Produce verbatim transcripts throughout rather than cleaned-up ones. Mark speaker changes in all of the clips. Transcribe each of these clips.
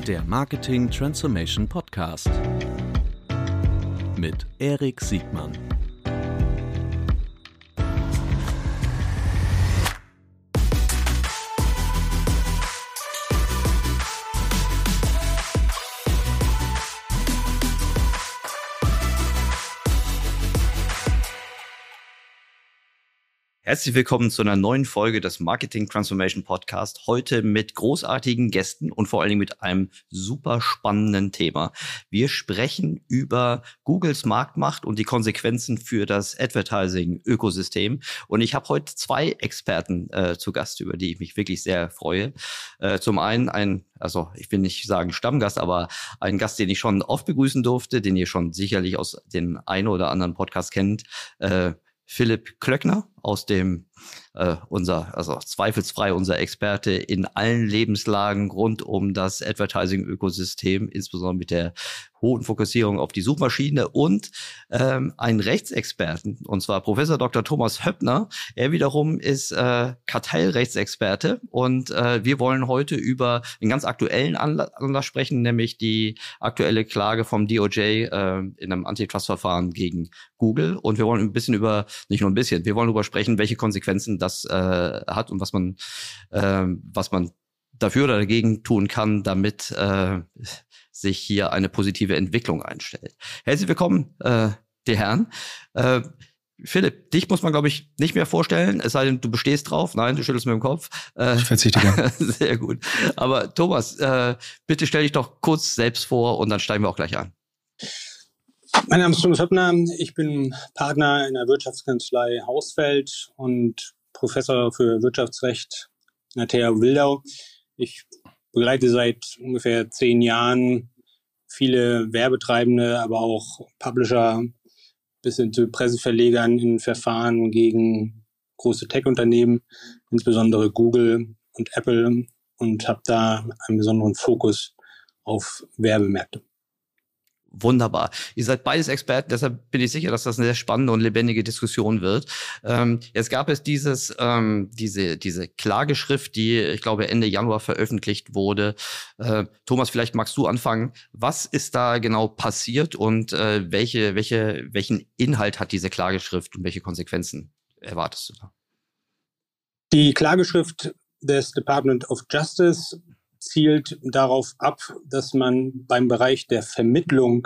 Speaker 1: Der Marketing Transformation Podcast mit Erik Siegmann.
Speaker 2: Herzlich willkommen zu einer neuen Folge des Marketing Transformation Podcast. Heute mit großartigen Gästen und vor allen Dingen mit einem super spannenden Thema. Wir sprechen über Googles Marktmacht und die Konsequenzen für das Advertising-Ökosystem. Und ich habe heute zwei Experten äh, zu Gast, über die ich mich wirklich sehr freue. Äh, zum einen ein, also ich will nicht sagen Stammgast, aber ein Gast, den ich schon oft begrüßen durfte, den ihr schon sicherlich aus den einen oder anderen Podcast kennt, äh, Philipp Klöckner aus dem, äh, unser, also zweifelsfrei unser Experte in allen Lebenslagen rund um das Advertising-Ökosystem, insbesondere mit der hohen Fokussierung auf die Suchmaschine, und ähm, einen Rechtsexperten, und zwar Professor Doktor Thomas Höppner. Er wiederum ist äh, Kartellrechtsexperte, und äh, wir wollen heute über einen ganz aktuellen Anlass sprechen, nämlich die aktuelle Klage vom D O J äh, in einem Antitrust-Verfahren gegen Google. Und wir wollen ein bisschen über, nicht nur ein bisschen, wir wollen darüber sprechen, welche Konsequenzen das äh, hat und was man, äh, was man dafür oder dagegen tun kann, damit äh, sich hier eine positive Entwicklung einstellt. Herzlich willkommen, äh, die Herren. Äh, Philipp, dich muss man, glaube ich, nicht mehr vorstellen, es sei denn, du bestehst drauf. Nein, du schüttelst mit dem Kopf. Äh,
Speaker 3: ich verzichte gerne.
Speaker 2: Sehr gut. Aber Thomas, äh, bitte stell dich doch kurz selbst vor und dann steigen wir auch gleich an.
Speaker 4: Mein Name ist Thomas Höppner. Ich bin Partner in der Wirtschaftskanzlei Hausfeld und Professor für Wirtschaftsrecht in der T H U Wildau. Ich begleite seit ungefähr zehn Jahren viele Werbetreibende, aber auch Publisher bis hin zu Presseverlegern in Verfahren gegen große Tech-Unternehmen, insbesondere Google und Apple, und habe da einen besonderen Fokus auf Werbemärkte.
Speaker 2: Wunderbar. Ihr seid beides Experten, deshalb bin ich sicher, dass das eine sehr spannende und lebendige Diskussion wird. Ähm, jetzt gab es dieses, ähm, diese, diese Klageschrift, die, ich glaube, Ende Januar veröffentlicht wurde. Äh, Thomas, vielleicht magst du anfangen. Was ist da genau passiert und äh, welche, welche, welchen Inhalt hat diese Klageschrift und welche Konsequenzen erwartest du da?
Speaker 4: Die Klageschrift des Department of Justice zielt darauf ab, dass man beim Bereich der Vermittlung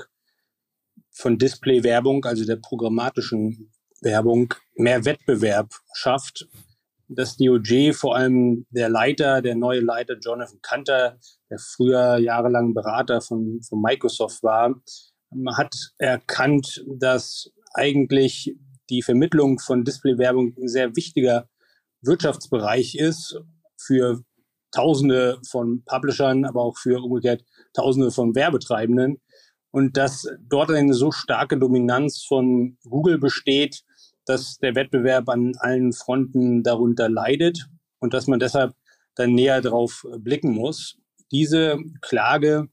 Speaker 4: von Display-Werbung, also der programmatischen Werbung, mehr Wettbewerb schafft. Das D O J, vor allem der Leiter, der neue Leiter Jonathan Kanter, der früher jahrelang Berater von, von Microsoft war, hat erkannt, dass eigentlich die Vermittlung von Display-Werbung ein sehr wichtiger Wirtschaftsbereich ist für Tausende von Publishern, aber auch für umgekehrt Tausende von Werbetreibenden, und dass dort eine so starke Dominanz von Google besteht, dass der Wettbewerb an allen Fronten darunter leidet und dass man deshalb dann näher drauf blicken muss. Diese Klage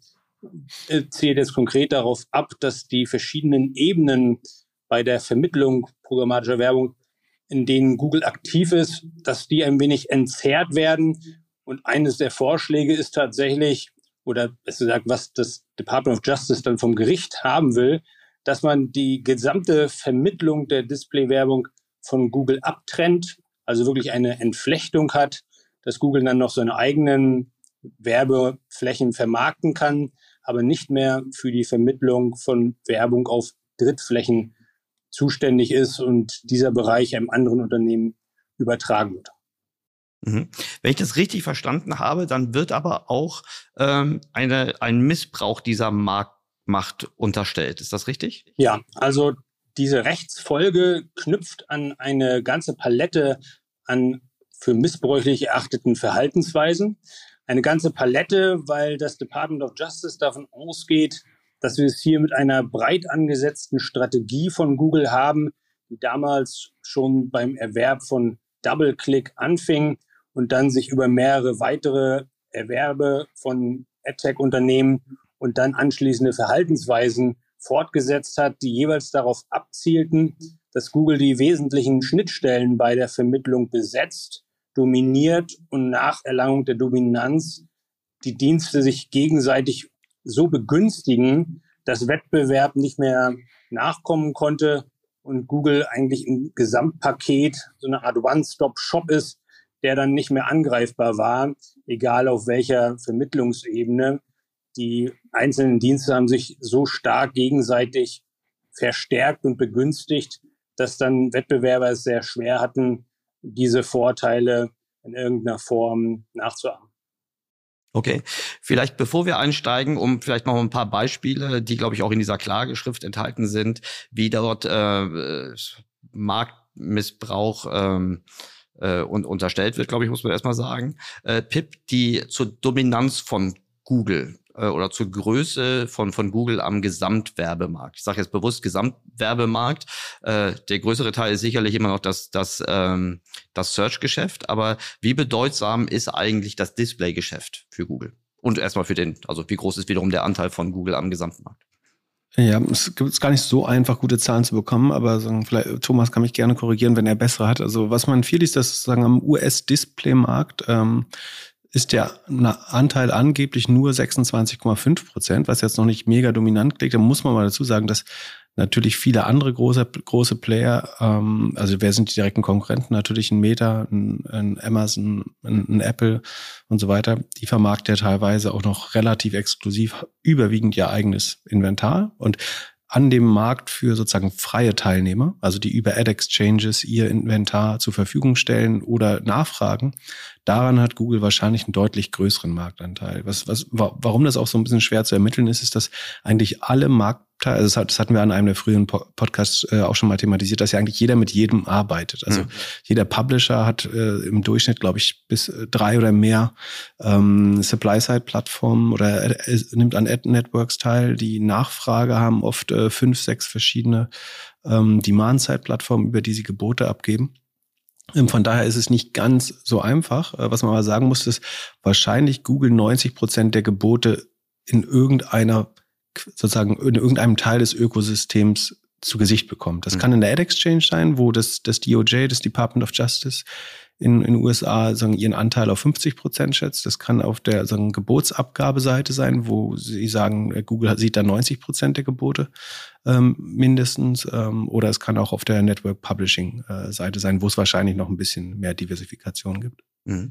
Speaker 4: zielt jetzt konkret darauf ab, dass die verschiedenen Ebenen bei der Vermittlung programmatischer Werbung, in denen Google aktiv ist, dass die ein wenig entzerrt werden. Und eines der Vorschläge ist tatsächlich, oder besser gesagt, was das Department of Justice dann vom Gericht haben will, dass man die gesamte Vermittlung der Display-Werbung von Google abtrennt, also wirklich eine Entflechtung hat, dass Google dann noch seine eigenen Werbeflächen vermarkten kann, aber nicht mehr für die Vermittlung von Werbung auf Drittflächen zuständig ist und dieser Bereich einem anderen Unternehmen übertragen wird.
Speaker 2: Mhm. Wenn ich das richtig verstanden habe, dann wird aber auch ähm, eine, ein Missbrauch dieser Marktmacht unterstellt. Ist das richtig?
Speaker 4: Ja, also diese Rechtsfolge knüpft an eine ganze Palette an für missbräuchlich erachteten Verhaltensweisen. Eine ganze Palette, weil das Department of Justice davon ausgeht, dass wir es hier mit einer breit angesetzten Strategie von Google haben, die damals schon beim Erwerb von DoubleClick anfing und dann sich über mehrere weitere Erwerbe von AdTech-Unternehmen und dann anschließende Verhaltensweisen fortgesetzt hat, die jeweils darauf abzielten, dass Google die wesentlichen Schnittstellen bei der Vermittlung besetzt, dominiert und nach Erlangung der Dominanz die Dienste sich gegenseitig so begünstigen, dass Wettbewerb nicht mehr nachkommen konnte und Google eigentlich im Gesamtpaket so eine Art One-Stop-Shop ist, der dann nicht mehr angreifbar war, egal auf welcher Vermittlungsebene. Die einzelnen Dienste haben sich so stark gegenseitig verstärkt und begünstigt, dass dann Wettbewerber es sehr schwer hatten, diese Vorteile in irgendeiner Form nachzuahmen.
Speaker 2: Okay, vielleicht bevor wir einsteigen, um vielleicht noch ein paar Beispiele, die, glaube ich, auch in dieser Klageschrift enthalten sind, wie dort äh, Marktmissbrauch ähm, äh, und unterstellt wird, glaube ich, muss man erstmal sagen. Äh, Pip, die zur Dominanz von Google äh, oder zur Größe von von Google am Gesamtwerbemarkt. Ich sage jetzt bewusst Gesamtwerbemarkt. Äh, der größere Teil ist sicherlich immer noch das das ähm, das Search-Geschäft. Aber wie bedeutsam ist eigentlich das Display-Geschäft für Google? Und erstmal für den, also wie groß ist wiederum der Anteil von Google am Gesamtmarkt?
Speaker 3: Ja, es ist gar nicht so einfach, gute Zahlen zu bekommen, aber sagen, vielleicht, Thomas kann mich gerne korrigieren, wenn er bessere hat. Also was man viel liest, das sagen am U S-Display-Markt ähm, ist der Anteil angeblich nur sechsundzwanzig Komma fünf Prozent, was jetzt noch nicht mega dominant klingt. Da muss man mal dazu sagen, dass natürlich viele andere große große Player, ähm, also wer sind die direkten Konkurrenten? Natürlich ein Meta, ein, ein Amazon, ein, ein Apple und so weiter. Die vermarkten ja teilweise auch noch relativ exklusiv überwiegend ihr eigenes Inventar und an dem Markt für sozusagen freie Teilnehmer, also die über Ad-Exchanges ihr Inventar zur Verfügung stellen oder nachfragen, daran hat Google wahrscheinlich einen deutlich größeren Marktanteil. Was, was, warum das auch so ein bisschen schwer zu ermitteln ist, ist, dass eigentlich alle Marktteile, also das, hat, das hatten wir an einem der früheren Podcasts äh, auch schon mal thematisiert, dass ja eigentlich jeder mit jedem arbeitet. Also mhm. jeder Publisher hat äh, im Durchschnitt, glaube ich, bis äh, drei oder mehr ähm, Supply-Side-Plattformen oder äh, nimmt an Ad-Networks teil. Die Nachfrage haben oft äh, fünf, sechs verschiedene ähm, Demand-Side-Plattformen, über die sie Gebote abgeben. Von daher ist es nicht ganz so einfach. Was man aber sagen muss, ist wahrscheinlich Google neunzig Prozent der Gebote in irgendeiner, sozusagen in irgendeinem Teil des Ökosystems zu Gesicht bekommt. Das mhm. kann in der Ad Exchange sein, wo das, das D O J, das Department of Justice in den U S A sagen, ihren Anteil auf fünfzig Prozent schätzt. Das kann auf der sagen, Gebotsabgabeseite sein, wo sie sagen, Google sieht da neunzig Prozent der Gebote ähm, mindestens. Ähm, oder es kann auch auf der Network Publishing äh, Seite sein, wo es wahrscheinlich noch ein bisschen mehr Diversifikation gibt.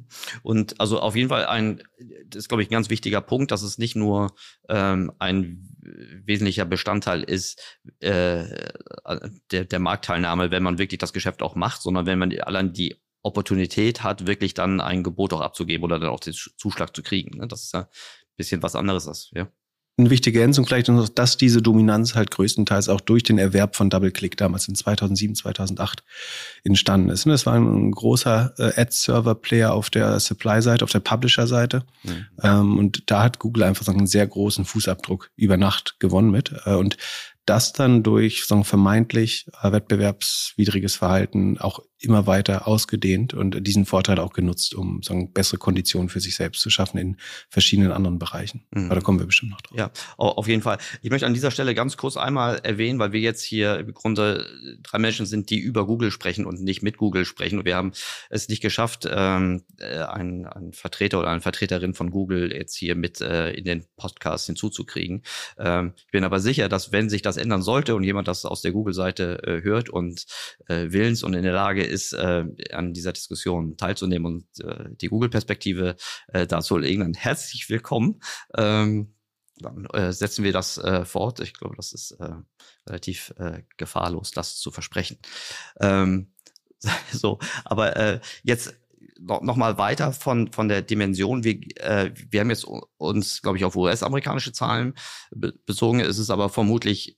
Speaker 2: Und also auf jeden Fall ein, das ist, glaube ich, ein ganz wichtiger Punkt, dass es nicht nur ähm, ein wesentlicher Bestandteil ist äh, der, der Marktteilnahme, wenn man wirklich das Geschäft auch macht, sondern wenn man allein die Opportunität hat, wirklich dann ein Gebot auch abzugeben oder dann auch den Zuschlag zu kriegen. Das ist ja ein bisschen was anderes. Als, ja.
Speaker 3: Eine wichtige Ergänzung vielleicht noch, dass diese Dominanz halt größtenteils auch durch den Erwerb von DoubleClick damals in zweitausendsieben, zweitausendacht entstanden ist. Das war ein großer Ad-Server-Player auf der Supply-Seite, auf der Publisher-Seite. Mhm. Und da hat Google einfach so einen sehr großen Fußabdruck über Nacht gewonnen mit. Und das dann durch sagen, vermeintlich äh, wettbewerbswidriges Verhalten auch immer weiter ausgedehnt und diesen Vorteil auch genutzt, um sagen, bessere Konditionen für sich selbst zu schaffen in verschiedenen anderen Bereichen. Mhm. Aber da kommen wir bestimmt noch drauf.
Speaker 2: Ja, auf jeden Fall. Ich möchte an dieser Stelle ganz kurz einmal erwähnen, weil wir jetzt hier im Grunde drei Menschen sind, die über Google sprechen und nicht mit Google sprechen. Und wir haben es nicht geschafft, ähm, einen, einen Vertreter oder eine Vertreterin von Google jetzt hier mit äh, in den Podcast hinzuzukriegen. Ähm, ich bin aber sicher, dass wenn sich das ändern sollte und jemand das aus der Google-Seite äh, hört und äh, willens und in der Lage ist, äh, an dieser Diskussion teilzunehmen und äh, die Google-Perspektive äh, dazu legen, dann herzlich willkommen. Ähm, dann äh, setzen wir das äh, fort. Ich glaube, das ist äh, relativ äh, gefahrlos, das zu versprechen. Ähm, so, aber äh, jetzt noch, noch mal weiter von von der Dimension. Wir, äh, wir haben jetzt uns, glaube ich, auf U S-amerikanische Zahlen be- bezogen. Es ist aber vermutlich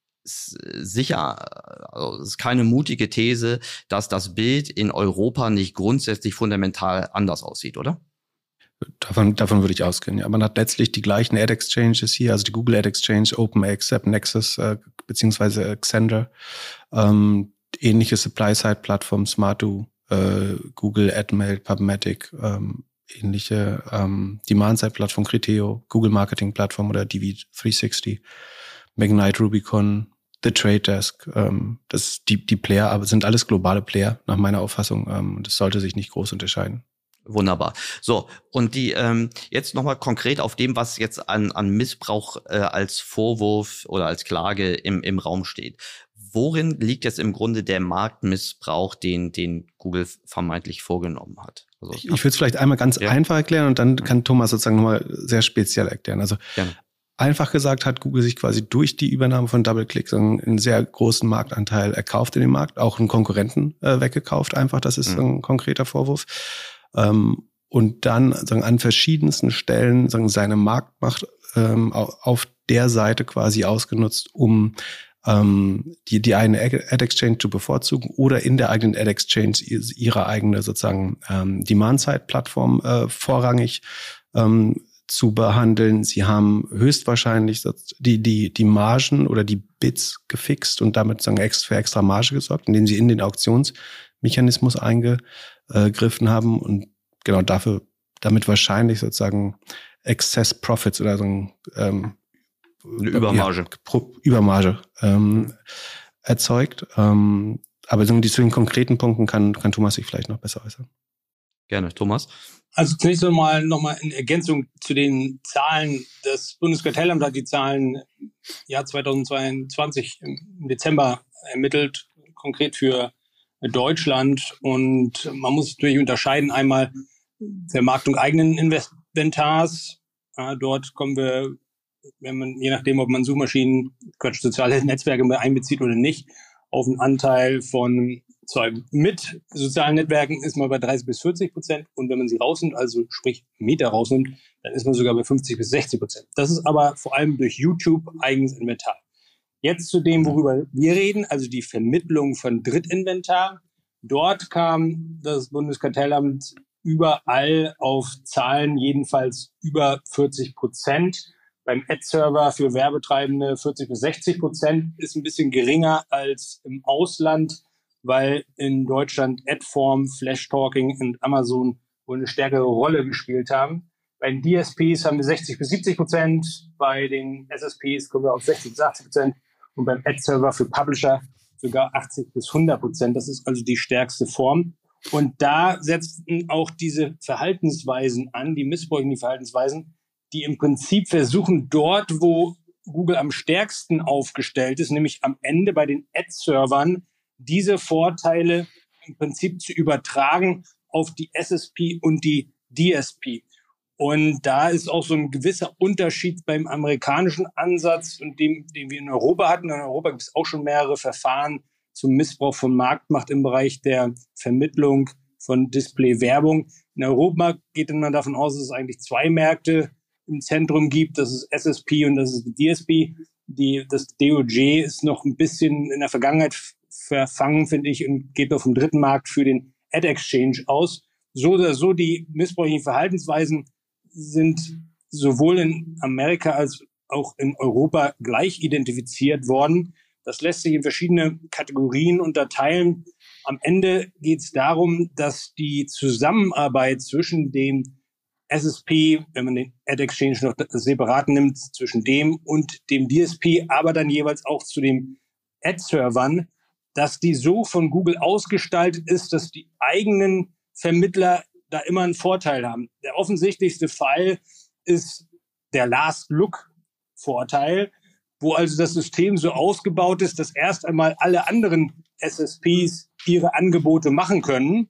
Speaker 2: sicher, also es ist keine mutige These, dass das Bild in Europa nicht grundsätzlich fundamental anders aussieht, oder?
Speaker 3: Davon, davon würde ich ausgehen. Ja, man hat letztlich die gleichen Ad-Exchanges hier, also die Google Ad-Exchange, OpenX, AppNexus, äh, beziehungsweise Xandr, ähm, ähnliche Supply-Side-Plattformen, Smartdo, äh, Google AdMail, PubMatic, ähm, ähnliche ähm, Demand-Side-Plattform, Criteo, Google Marketing-Plattform oder D V dreihundertsechzig, Magnite, Rubicon, The Trade Desk, ähm, das die die Player, aber sind alles globale Player nach meiner Auffassung. Ähm, das sollte sich nicht groß unterscheiden.
Speaker 2: Wunderbar. So, und die ähm, jetzt nochmal konkret auf dem, was jetzt an, an Missbrauch äh, als Vorwurf oder als Klage im, im Raum steht. Worin liegt jetzt im Grunde der Marktmissbrauch, den, den Google vermeintlich vorgenommen hat? Also,
Speaker 3: ich ich würde es vielleicht einmal ganz ja. einfach erklären und dann kann Thomas sozusagen nochmal sehr speziell erklären. Also Gerne. Einfach gesagt hat Google sich quasi durch die Übernahme von DoubleClick einen sehr großen Marktanteil erkauft in dem Markt, auch einen Konkurrenten äh, weggekauft einfach, das ist mhm. ein konkreter Vorwurf. Ähm, und dann sagen, an verschiedensten Stellen sagen, seine Marktmacht ähm, auf der Seite quasi ausgenutzt, um ähm, die, die eigene Ad-Exchange zu bevorzugen oder in der eigenen Ad-Exchange ihre eigene sozusagen ähm, Demand-Side-Plattform äh, vorrangig ähm, zu behandeln. Sie haben höchstwahrscheinlich die, die, die Margen oder die Bits gefixt und damit sozusagen für extra Marge gesorgt, indem sie in den Auktionsmechanismus eingegriffen haben und genau dafür, damit wahrscheinlich sozusagen Excess Profits oder so ein, ähm,
Speaker 2: eine Übermarge,
Speaker 3: ja, Pro, Übermarge ähm, erzeugt. Ähm, aber zu den konkreten Punkten kann, kann Thomas sich vielleicht noch besser äußern.
Speaker 2: Gerne, Thomas.
Speaker 4: Also zunächst einmal nochmal in Ergänzung zu den Zahlen. Das Bundeskartellamt hat die Zahlen im Jahr zweitausendzweiundzwanzig im Dezember ermittelt, konkret für Deutschland. Und man muss natürlich unterscheiden, einmal Vermarktung eigenen Inventars. Ja, dort kommen wir, wenn man, je nachdem, ob man Suchmaschinen, Quatsch, soziale Netzwerke mit einbezieht oder nicht, auf einen Anteil von zwei mit sozialen Netzwerken ist man bei dreißig bis vierzig Prozent und wenn man sie rausnimmt, also sprich Meta rausnimmt, dann ist man sogar bei fünfzig bis sechzig Prozent. Das ist aber vor allem durch YouTube eigenes Inventar. Jetzt zu dem, worüber wir reden, also die Vermittlung von Drittinventar. Dort kam das Bundeskartellamt überall auf Zahlen jedenfalls über vierzig Prozent. Beim Ad-Server für Werbetreibende vierzig bis sechzig Prozent ist ein bisschen geringer als im Ausland, weil in Deutschland Adform, Flash-Talking und Amazon wohl eine stärkere Rolle gespielt haben. Bei den D S Ps haben wir sechzig bis siebzig Prozent, bei den S S Ps kommen wir auf sechzig bis achtzig Prozent und beim Ad-Server für Publisher sogar achtzig bis hundert Prozent. Das ist also die stärkste Form. Und da setzen auch diese Verhaltensweisen an, die missbräuchlichen Verhaltensweisen, die im Prinzip versuchen, dort, wo Google am stärksten aufgestellt ist, nämlich am Ende bei den Ad-Servern, diese Vorteile im Prinzip zu übertragen auf die S S P und die D S P. Und da ist auch so ein gewisser Unterschied beim amerikanischen Ansatz und dem, den wir in Europa hatten. In Europa gibt es auch schon mehrere Verfahren zum Missbrauch von Marktmacht im Bereich der Vermittlung von Display-Werbung. In Europa geht man davon aus, dass es eigentlich zwei Märkte im Zentrum gibt. Das ist S S P und das ist die D S P. Die, das D O J ist noch ein bisschen in der Vergangenheit verfangen, finde ich, und geht auf dem dritten Markt für den Ad-Exchange aus. So oder so, die missbräuchlichen Verhaltensweisen sind sowohl in Amerika als auch in Europa gleich identifiziert worden. Das lässt sich in verschiedene Kategorien unterteilen. Am Ende geht es darum, dass die Zusammenarbeit zwischen dem S S P, wenn man den Ad-Exchange noch separat nimmt, zwischen dem und dem D S P, aber dann jeweils auch zu den Ad-Servern, dass die so von Google ausgestaltet ist, dass die eigenen Vermittler da immer einen Vorteil haben. Der offensichtlichste Fall ist der Last-Look-Vorteil, wo also das System so ausgebaut ist, dass erst einmal alle anderen S S Ps ihre Angebote machen können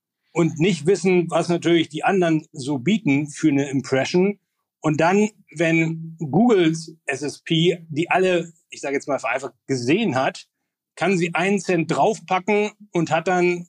Speaker 4: und nicht wissen, was natürlich die anderen so bieten für eine Impression. Und dann, wenn Googles S S P die alle, ich sage jetzt mal vereinfacht, gesehen hat, kann sie einen Cent draufpacken und hat dann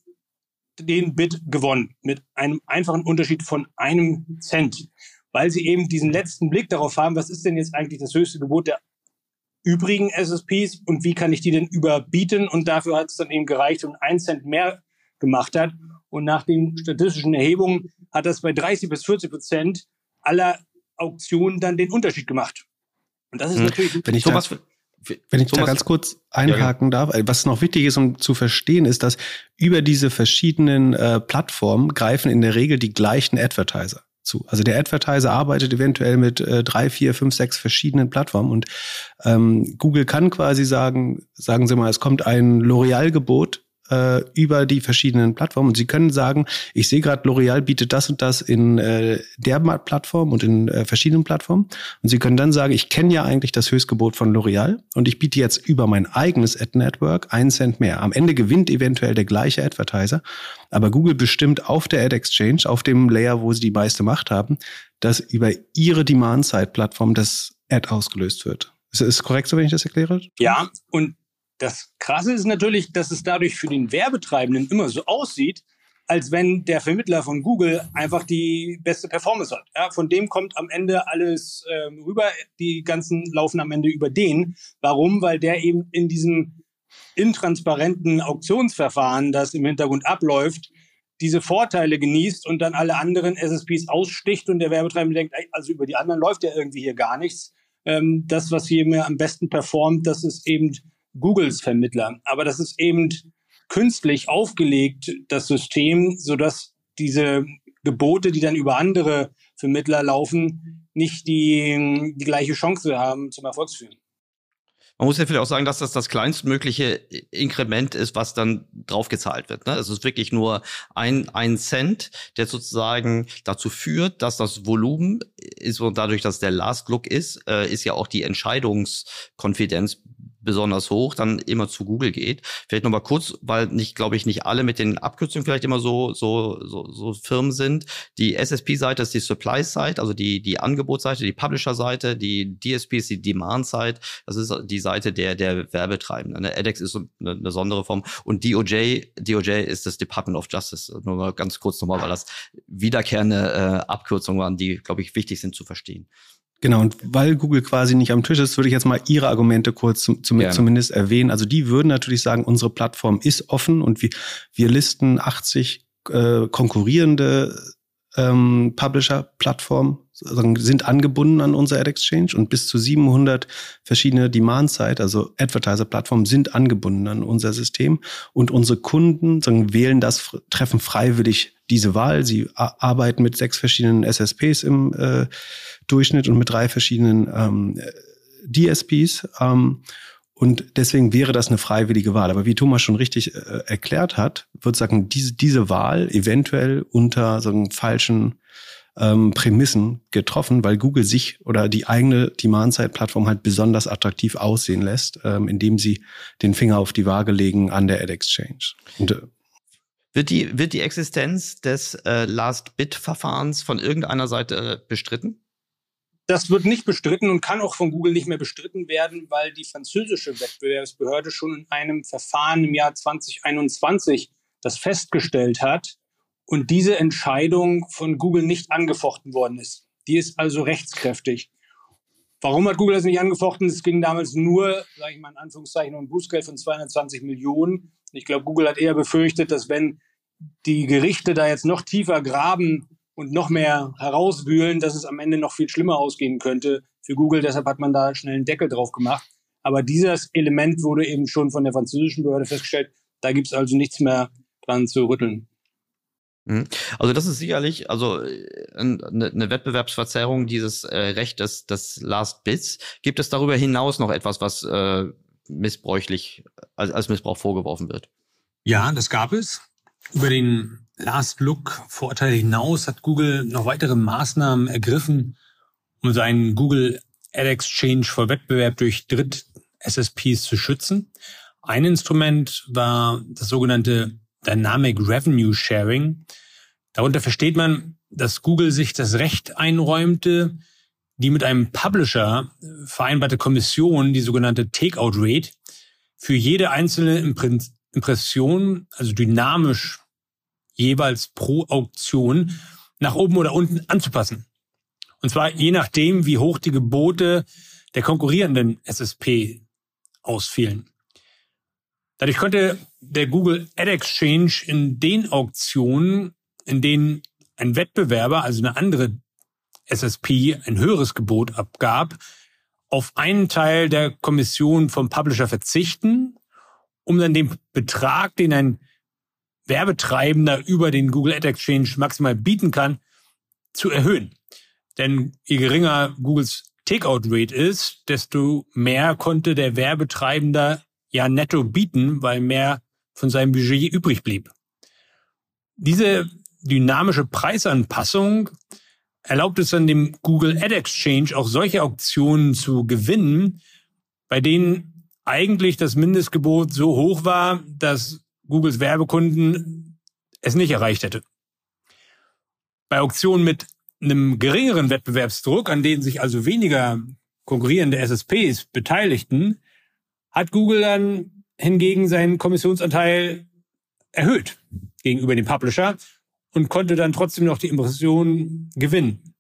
Speaker 4: den Bid gewonnen mit einem einfachen Unterschied von einem Cent, weil sie eben diesen letzten Blick darauf haben, was ist denn jetzt eigentlich das höchste Gebot der übrigen S S Ps und wie kann ich die denn überbieten, und dafür hat es dann eben gereicht und einen Cent mehr gemacht hat. Und nach den statistischen Erhebungen hat das bei dreißig bis vierzig Prozent aller Auktionen dann den Unterschied gemacht. Und das ist hm. natürlich...
Speaker 3: Wenn ich Thomas, da, wenn ich Thomas, da ganz kurz einhaken ja, darf, was noch wichtig ist, um zu verstehen, ist, dass über diese verschiedenen äh, Plattformen greifen in der Regel die gleichen Advertiser zu. Also der Advertiser arbeitet eventuell mit äh, drei, vier, fünf, sechs verschiedenen Plattformen und ähm, Google kann quasi sagen, sagen Sie mal, es kommt ein L'Oreal-Gebot äh, über die verschiedenen Plattformen. Und Sie können sagen, ich sehe gerade, L'Oreal bietet das und das in äh, der Plattform und in äh, verschiedenen Plattformen. Und Sie können dann sagen, ich kenne ja eigentlich das Höchstgebot von L'Oreal und ich biete jetzt über mein eigenes Ad-Network einen Cent mehr. Am Ende gewinnt eventuell der gleiche Advertiser, aber Google bestimmt auf der Ad-Exchange, auf dem Layer, wo sie die meiste Macht haben, dass über ihre Demand-Side-Plattform das Ad ausgelöst wird. Ist es korrekt, so wenn ich das erkläre?
Speaker 4: Ja, und das Krasse ist natürlich, dass es dadurch für den Werbetreibenden immer so aussieht, als wenn der Vermittler von Google einfach die beste Performance hat. Ja, von dem kommt am Ende alles ähm, rüber. Die ganzen laufen am Ende über den. Warum? Weil der eben in diesem intransparenten Auktionsverfahren, das im Hintergrund abläuft, diese Vorteile genießt und dann alle anderen S S Ps aussticht und der Werbetreibende denkt, also über die anderen läuft ja irgendwie hier gar nichts. Ähm, das, was hier mir am besten performt, das ist eben Googles Vermittler. Aber das ist eben künstlich aufgelegt, das System, sodass diese Gebote, die dann über andere Vermittler laufen, nicht die, die gleiche Chance haben zum Erfolg zu führen.
Speaker 2: Man muss ja vielleicht auch sagen, dass das das kleinstmögliche Inkrement ist, was dann draufgezahlt wird. Ne? Es ist wirklich nur ein, ein Cent, der sozusagen dazu führt, dass das Volumen ist und dadurch, dass der Last Look ist, äh, ist ja auch die Entscheidungskonfidenz besonders hoch, dann immer zu Google geht. Vielleicht noch mal kurz, weil nicht, glaube ich, nicht alle mit den Abkürzungen vielleicht immer so so so, so Firmen sind. Die S S P-Seite ist die Supply-Seite, also die die Angebotsseite, die Publisher-Seite, die D S P ist die Demand-Seite. Das ist die Seite der der Werbetreibenden. Ad X ist eine, eine besondere Form und D O J D O J ist das Department of Justice. Nur mal ganz kurz nochmal, weil das wiederkehrende äh, Abkürzungen waren, die, glaube ich, wichtig sind zu verstehen.
Speaker 3: Genau, und weil Google quasi nicht am Tisch ist, würde ich jetzt mal Ihre Argumente kurz zum, zum, zumindest erwähnen. Also die würden natürlich sagen, unsere Plattform ist offen und wir, wir listen achtzig äh, konkurrierende ähm, Publisher-Plattformen, also sind angebunden an unsere Ad-Exchange und bis zu siebenhundert verschiedene Demand-Side, also Advertiser-Plattformen sind angebunden an unser System und unsere Kunden sagen, wählen das, treffen freiwillig diese Wahl. Sie arbeiten mit sechs verschiedenen S S Ps im äh, Durchschnitt und mit drei verschiedenen ähm, D S Ps. Ähm, und deswegen wäre das eine freiwillige Wahl. Aber wie Thomas schon richtig äh, erklärt hat, würde sagen, diese, diese Wahl eventuell unter so einem falschen ähm, Prämissen getroffen, weil Google sich oder die eigene Demand-Side-Plattform halt besonders attraktiv aussehen lässt, ähm, indem sie den Finger auf die Waage legen an der Ad-Exchange. Und, äh,
Speaker 2: Wird die, wird die Existenz des äh, Last-Bid-Verfahrens von irgendeiner Seite äh, bestritten?
Speaker 4: Das wird nicht bestritten und kann auch von Google nicht mehr bestritten werden, weil die französische Wettbewerbsbehörde schon in einem Verfahren im Jahr zwanzig einundzwanzig das festgestellt hat und diese Entscheidung von Google nicht angefochten worden ist. Die ist also rechtskräftig. Warum hat Google das nicht angefochten? Es ging damals nur, sage ich mal in Anführungszeichen, um ein Bußgeld von zweihundertzwanzig Millionen. Ich glaube, Google hat eher befürchtet, dass wenn die Gerichte da jetzt noch tiefer graben und noch mehr herauswühlen, dass es am Ende noch viel schlimmer ausgehen könnte für Google. Deshalb hat man da schnell einen Deckel drauf gemacht. Aber dieses Element wurde eben schon von der französischen Behörde festgestellt. Da gibt es also nichts mehr dran zu rütteln.
Speaker 2: Also das ist sicherlich also eine, eine Wettbewerbsverzerrung dieses äh, Recht des, des Last Bids. Gibt es darüber hinaus noch etwas, was äh, missbräuchlich als, als Missbrauch vorgeworfen wird?
Speaker 5: Ja, das gab es. Über den Last-Look-Vorteil hinaus hat Google noch weitere Maßnahmen ergriffen, um seinen Google Ad Exchange vor Wettbewerb durch Dritt-S S Ps zu schützen. Ein Instrument war das sogenannte Dynamic Revenue Sharing. Darunter versteht man, dass Google sich das Recht einräumte, die mit einem Publisher vereinbarte Kommission, die sogenannte Takeout Rate, für jede einzelne Impression, also dynamisch jeweils pro Auktion, nach oben oder unten anzupassen. Und zwar je nachdem, wie hoch die Gebote der konkurrierenden S S P ausfielen. Dadurch konnte der Google Ad Exchange in den Auktionen, in denen ein Wettbewerber, also eine andere S S P, ein höheres Gebot abgab, auf einen Teil der Kommission vom Publisher verzichten, um dann den Betrag, den ein Werbetreibender über den Google Ad Exchange maximal bieten kann, zu erhöhen. Denn je geringer Googles Takeout-Rate ist, desto mehr konnte der Werbetreibender ja netto bieten, weil mehr von seinem Budget übrig blieb. Diese dynamische Preisanpassung erlaubt es dann dem Google Ad Exchange auch solche Auktionen zu gewinnen, bei denen eigentlich das Mindestgebot so hoch war, dass Googles Werbekunden es nicht erreicht hätte. Bei Auktionen mit einem geringeren Wettbewerbsdruck, an denen sich also weniger konkurrierende S S Ps beteiligten, hat Google dann hingegen seinen Kommissionsanteil erhöht gegenüber dem Publisher und konnte dann trotzdem noch die Impression gewinnen.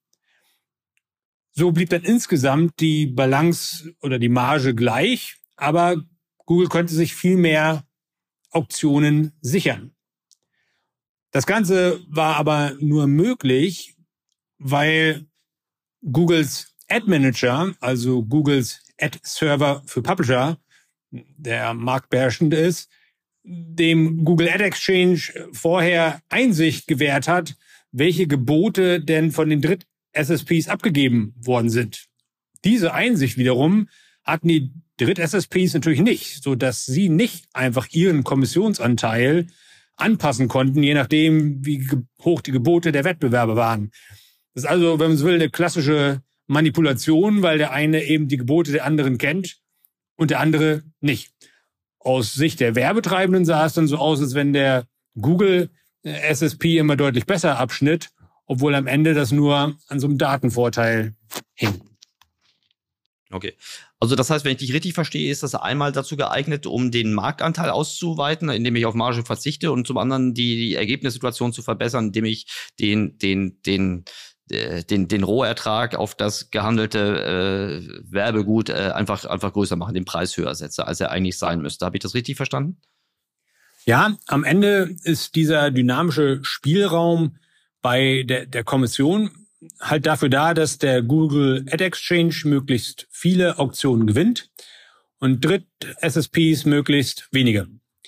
Speaker 5: So blieb dann insgesamt die Balance oder die Marge gleich, aber Google konnte sich viel mehr Auktionen sichern. Das Ganze war aber nur möglich, weil Googles Ad Manager, also Googles Ad Server für Publisher, der marktbeherrschend ist, dem Google Ad Exchange vorher Einsicht gewährt hat, welche Gebote denn von den Dritt-S S Ps abgegeben worden sind. Diese Einsicht wiederum hatten die Dritt-S S Ps natürlich nicht, sodass sie nicht einfach ihren Kommissionsanteil anpassen konnten, je nachdem, wie hoch die Gebote der Wettbewerber waren. Das ist also, wenn man so will, eine klassische Manipulation, weil der eine eben die Gebote der anderen kennt und der andere nicht. Aus Sicht der Werbetreibenden sah es dann so aus, als wenn der Google-S S P immer deutlich besser abschnitt, obwohl am Ende das nur an so einem Datenvorteil hing.
Speaker 2: Okay. Also das heißt, wenn ich dich richtig verstehe, ist das einmal dazu geeignet, um den Marktanteil auszuweiten, indem ich auf Marge verzichte, und zum anderen die, die Ergebnissituation zu verbessern, indem ich den, den, den, den, den Rohertrag auf das gehandelte äh, Werbegut äh, einfach, einfach größer mache, den Preis höher setze, als er eigentlich sein müsste. Habe ich das richtig verstanden?
Speaker 5: Ja, am Ende ist dieser dynamische Spielraum bei der, der Kommission halt dafür da, dass der Google Ad Exchange möglichst viele Auktionen gewinnt und Dritt-S S Ps möglichst wenige.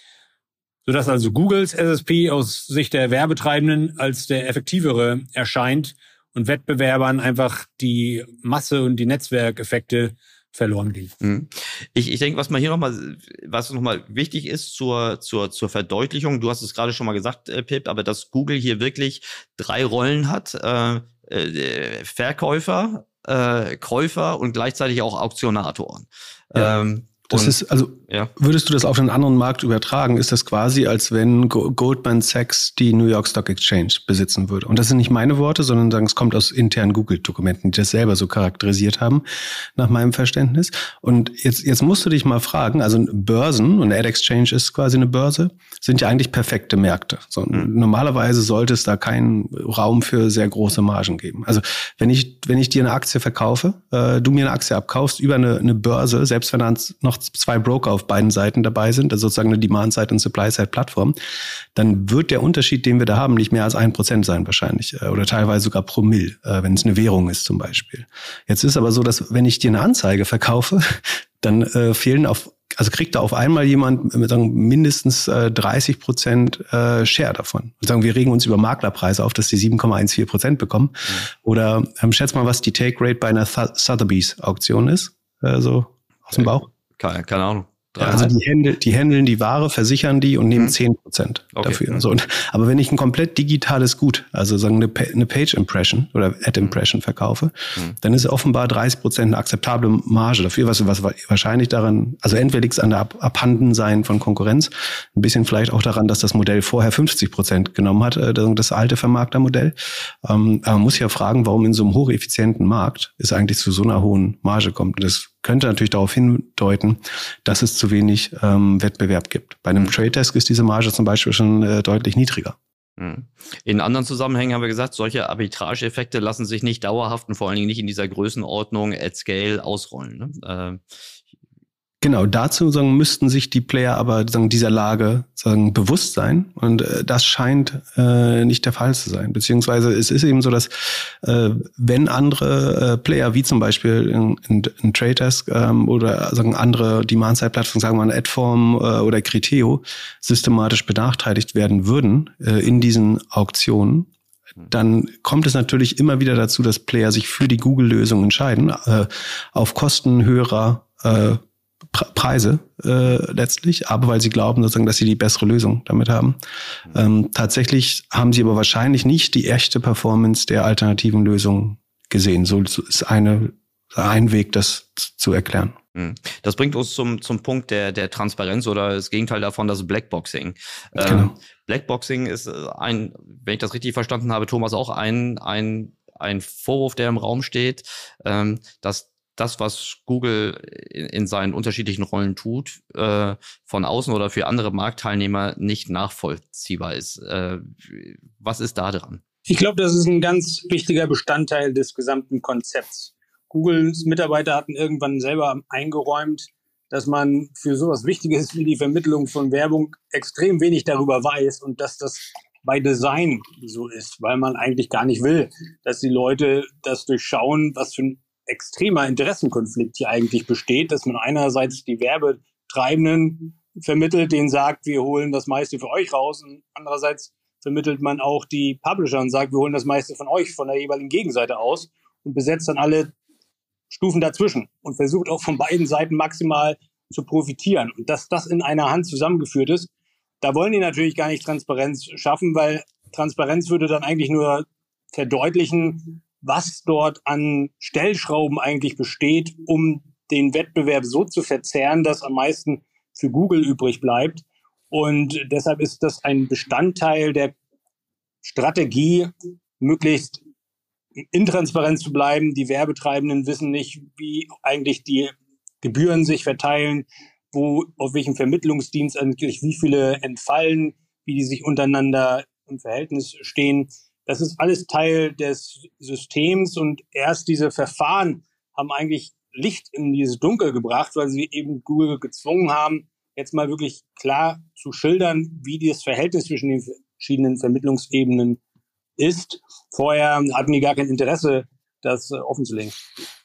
Speaker 5: Sodass also Googles S S P aus Sicht der Werbetreibenden als der effektivere erscheint und Wettbewerbern einfach die Masse und die Netzwerkeffekte verloren gehen.
Speaker 2: Ich, ich denke, was man hier nochmal, was nochmal wichtig ist zur, zur, zur Verdeutlichung, du hast es gerade schon mal gesagt, äh, Pip, aber dass Google hier wirklich drei Rollen hat, äh, äh, Verkäufer, äh, Käufer und gleichzeitig auch Auktionatoren.
Speaker 3: Ja.
Speaker 2: Ähm,
Speaker 3: Das
Speaker 2: und,
Speaker 3: ist, also,
Speaker 2: ja.
Speaker 3: Würdest du das auf einen anderen Markt übertragen, ist das quasi, als wenn Goldman Sachs die New York Stock Exchange besitzen würde. Und das sind nicht meine Worte, sondern sagen, es kommt aus internen Google-Dokumenten, die das selber so charakterisiert haben, nach meinem Verständnis. Und jetzt, jetzt musst du dich mal fragen, also Börsen, und Ad Exchange ist quasi eine Börse, sind ja eigentlich perfekte Märkte. So, mhm. Normalerweise sollte es da keinen Raum für sehr große Margen geben. Also wenn ich, wenn ich dir eine Aktie verkaufe, äh, du mir eine Aktie abkaufst über eine, eine Börse, selbst wenn dann noch zwei Broker auf beiden Seiten dabei sind, also sozusagen eine Demand-Side- und Supply-Side-Plattform, dann wird der Unterschied, den wir da haben, nicht mehr als ein Prozent sein wahrscheinlich oder teilweise sogar Promille, wenn es eine Währung ist zum Beispiel. Jetzt ist aber so, dass wenn ich dir eine Anzeige verkaufe, dann äh, fehlen auf, also kriegt da auf einmal jemand mit sagen, mindestens äh, dreißig Prozent äh, Share davon. Und sagen, wir regen uns über Maklerpreise auf, dass die sieben Komma eins vier Prozent bekommen. Mhm. Oder ähm, schätz mal, was die Take-Rate bei einer Sotheby's-Auktion ist, äh, so aus dem Bauch.
Speaker 2: Keine, keine Ahnung.
Speaker 3: Ja, also die handeln, die handeln die Ware, versichern die und nehmen zehn Prozent okay. dafür. So, und, aber wenn ich ein komplett digitales Gut, also sagen eine, eine Page-Impression oder Ad-Impression verkaufe, mhm. dann ist offenbar dreißig Prozent eine akzeptable Marge dafür, was, was wahrscheinlich daran, also entweder liegt es an der Ab- Abhandensein von Konkurrenz, ein bisschen vielleicht auch daran, dass das Modell vorher fünfzig Prozent genommen hat, das alte Vermarktermodell. Ähm, aber man muss ja fragen, warum in so einem hocheffizienten Markt es eigentlich zu so einer hohen Marge kommt. Und das könnte natürlich darauf hindeuten, dass es zu wenig ähm, Wettbewerb gibt. Bei einem Trade Desk ist diese Marge zum Beispiel schon äh, deutlich niedriger.
Speaker 2: In anderen Zusammenhängen haben wir gesagt, solche Arbitrage-Effekte lassen sich nicht dauerhaft und vor allen Dingen nicht in dieser Größenordnung at scale ausrollen. Ne? Äh,
Speaker 3: Genau, dazu sagen, müssten sich die Player aber sagen, dieser Lage sagen, bewusst sein. Und äh, das scheint äh, nicht der Fall zu sein. Beziehungsweise es ist eben so, dass äh, wenn andere äh, Player, wie zum Beispiel in, in, in Trade Desk ähm, oder sagen andere Demand-Side-Plattformen, sagen wir mal Adform äh, oder Criteo, systematisch benachteiligt werden würden äh, in diesen Auktionen, dann kommt es natürlich immer wieder dazu, dass Player sich für die Google-Lösung entscheiden, äh, auf Kosten höherer äh, Preise äh, letztlich, aber weil sie glauben sozusagen, dass sie die bessere Lösung damit haben. Mhm. Ähm, tatsächlich haben sie aber wahrscheinlich nicht die echte Performance der alternativen Lösungen gesehen. So ist eine, ein Weg, das zu erklären.
Speaker 2: Das bringt uns zum zum Punkt der der Transparenz oder das Gegenteil davon, das Blackboxing.
Speaker 3: Genau.
Speaker 2: Ähm, Blackboxing ist ein, wenn ich das richtig verstanden habe, Thomas, auch ein ein ein Vorwurf, der im Raum steht, ähm, dass das, was Google in, in seinen unterschiedlichen Rollen tut, äh, von außen oder für andere Marktteilnehmer nicht nachvollziehbar ist. Äh, was ist da dran?
Speaker 4: Ich glaube, das ist ein ganz wichtiger Bestandteil des gesamten Konzepts. Googles Mitarbeiter hatten irgendwann selber eingeräumt, dass man für sowas Wichtiges wie die Vermittlung von Werbung extrem wenig darüber weiß und dass das bei Design so ist, weil man eigentlich gar nicht will, dass die Leute das durchschauen, was für ein extremer Interessenkonflikt hier eigentlich besteht, dass man einerseits die Werbetreibenden vermittelt, denen sagt, wir holen das meiste für euch raus und andererseits vermittelt man auch die Publisher und sagt, wir holen das meiste von euch, von der jeweiligen Gegenseite aus und besetzt dann alle Stufen dazwischen und versucht auch von beiden Seiten maximal zu profitieren. Und dass das in einer Hand zusammengeführt ist, da wollen die natürlich gar nicht Transparenz schaffen, weil Transparenz würde dann eigentlich nur verdeutlichen, was dort an Stellschrauben eigentlich besteht, um den Wettbewerb so zu verzerren, dass am meisten für Google übrig bleibt. Und deshalb ist das ein Bestandteil der Strategie, möglichst intransparent zu bleiben. Die Werbetreibenden wissen nicht, wie eigentlich die Gebühren sich verteilen, wo auf welchem Vermittlungsdienst eigentlich wie viele entfallen, wie die sich untereinander im Verhältnis stehen. Das ist alles Teil des Systems und erst diese Verfahren haben eigentlich Licht in dieses Dunkel gebracht, weil sie eben Google gezwungen haben, jetzt mal wirklich klar zu schildern, wie das Verhältnis zwischen den verschiedenen Vermittlungsebenen ist. Vorher hatten die gar kein Interesse, das äh, offenzulegen.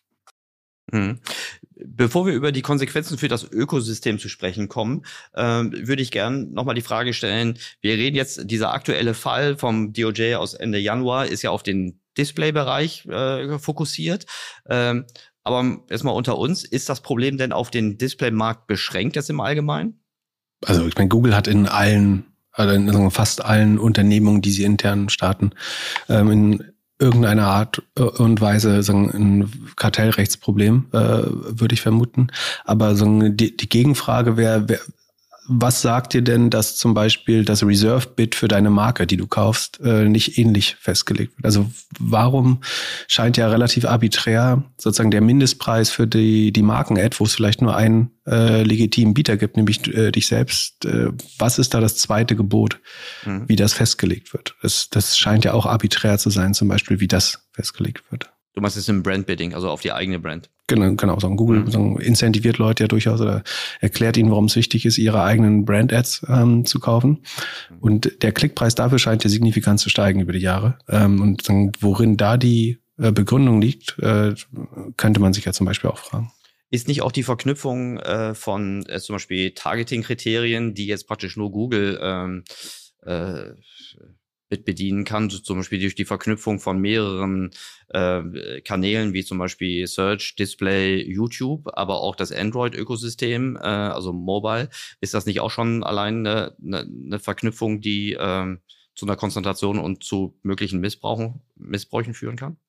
Speaker 2: Mhm. Bevor wir über die Konsequenzen für das Ökosystem zu sprechen kommen, äh, würde ich gerne nochmal die Frage stellen, wir reden jetzt, dieser aktuelle Fall vom D O J aus Ende Januar ist ja auf den Display-Bereich äh, fokussiert. Ähm, aber erstmal unter uns, ist das Problem denn auf den Display-Markt beschränkt jetzt im Allgemeinen?
Speaker 3: Also ich meine, Google hat in allen also in fast allen Unternehmungen, die sie intern starten, ähm, in irgendeiner Art und Weise sagen, ein Kartellrechtsproblem, äh, würde ich vermuten. Aber so die, die Gegenfrage wäre, wär, was sagt dir denn, dass zum Beispiel das Reserve-Bid für deine Marke, die du kaufst, äh, nicht ähnlich festgelegt wird? Also warum scheint ja relativ arbiträr sozusagen der Mindestpreis für die, die Marken-Ad, wo es vielleicht nur einen äh, legitimen Bieter gibt, nämlich äh, dich selbst, äh, was ist da das zweite Gebot, mhm. wie das festgelegt wird? Das, das scheint ja auch arbiträr zu sein, zum Beispiel, wie das festgelegt wird.
Speaker 2: Du machst es im Brand-Bidding, also auf die eigene Brand.
Speaker 3: Genau, genau. So Google mhm. so incentiviert Leute ja durchaus oder erklärt ihnen, warum es wichtig ist, ihre eigenen Brand-Ads ähm, zu kaufen. Mhm. Und der Klickpreis dafür scheint ja signifikant zu steigen über die Jahre. Ähm, und dann, worin da die äh, Begründung liegt, äh, könnte man sich ja zum Beispiel auch fragen.
Speaker 2: Ist nicht auch die Verknüpfung äh, von äh, zum Beispiel Targeting-Kriterien, die jetzt praktisch nur Google ähm, äh, mit bedienen kann, zum Beispiel durch die Verknüpfung von mehreren äh, Kanälen, wie zum Beispiel Search, Display, YouTube, aber auch das Android-Ökosystem, äh, also Mobile, ist das nicht auch schon allein eine, eine, eine Verknüpfung, die äh, zu einer Konzentration und zu möglichen Missbrauchen, Missbräuchen führen kann?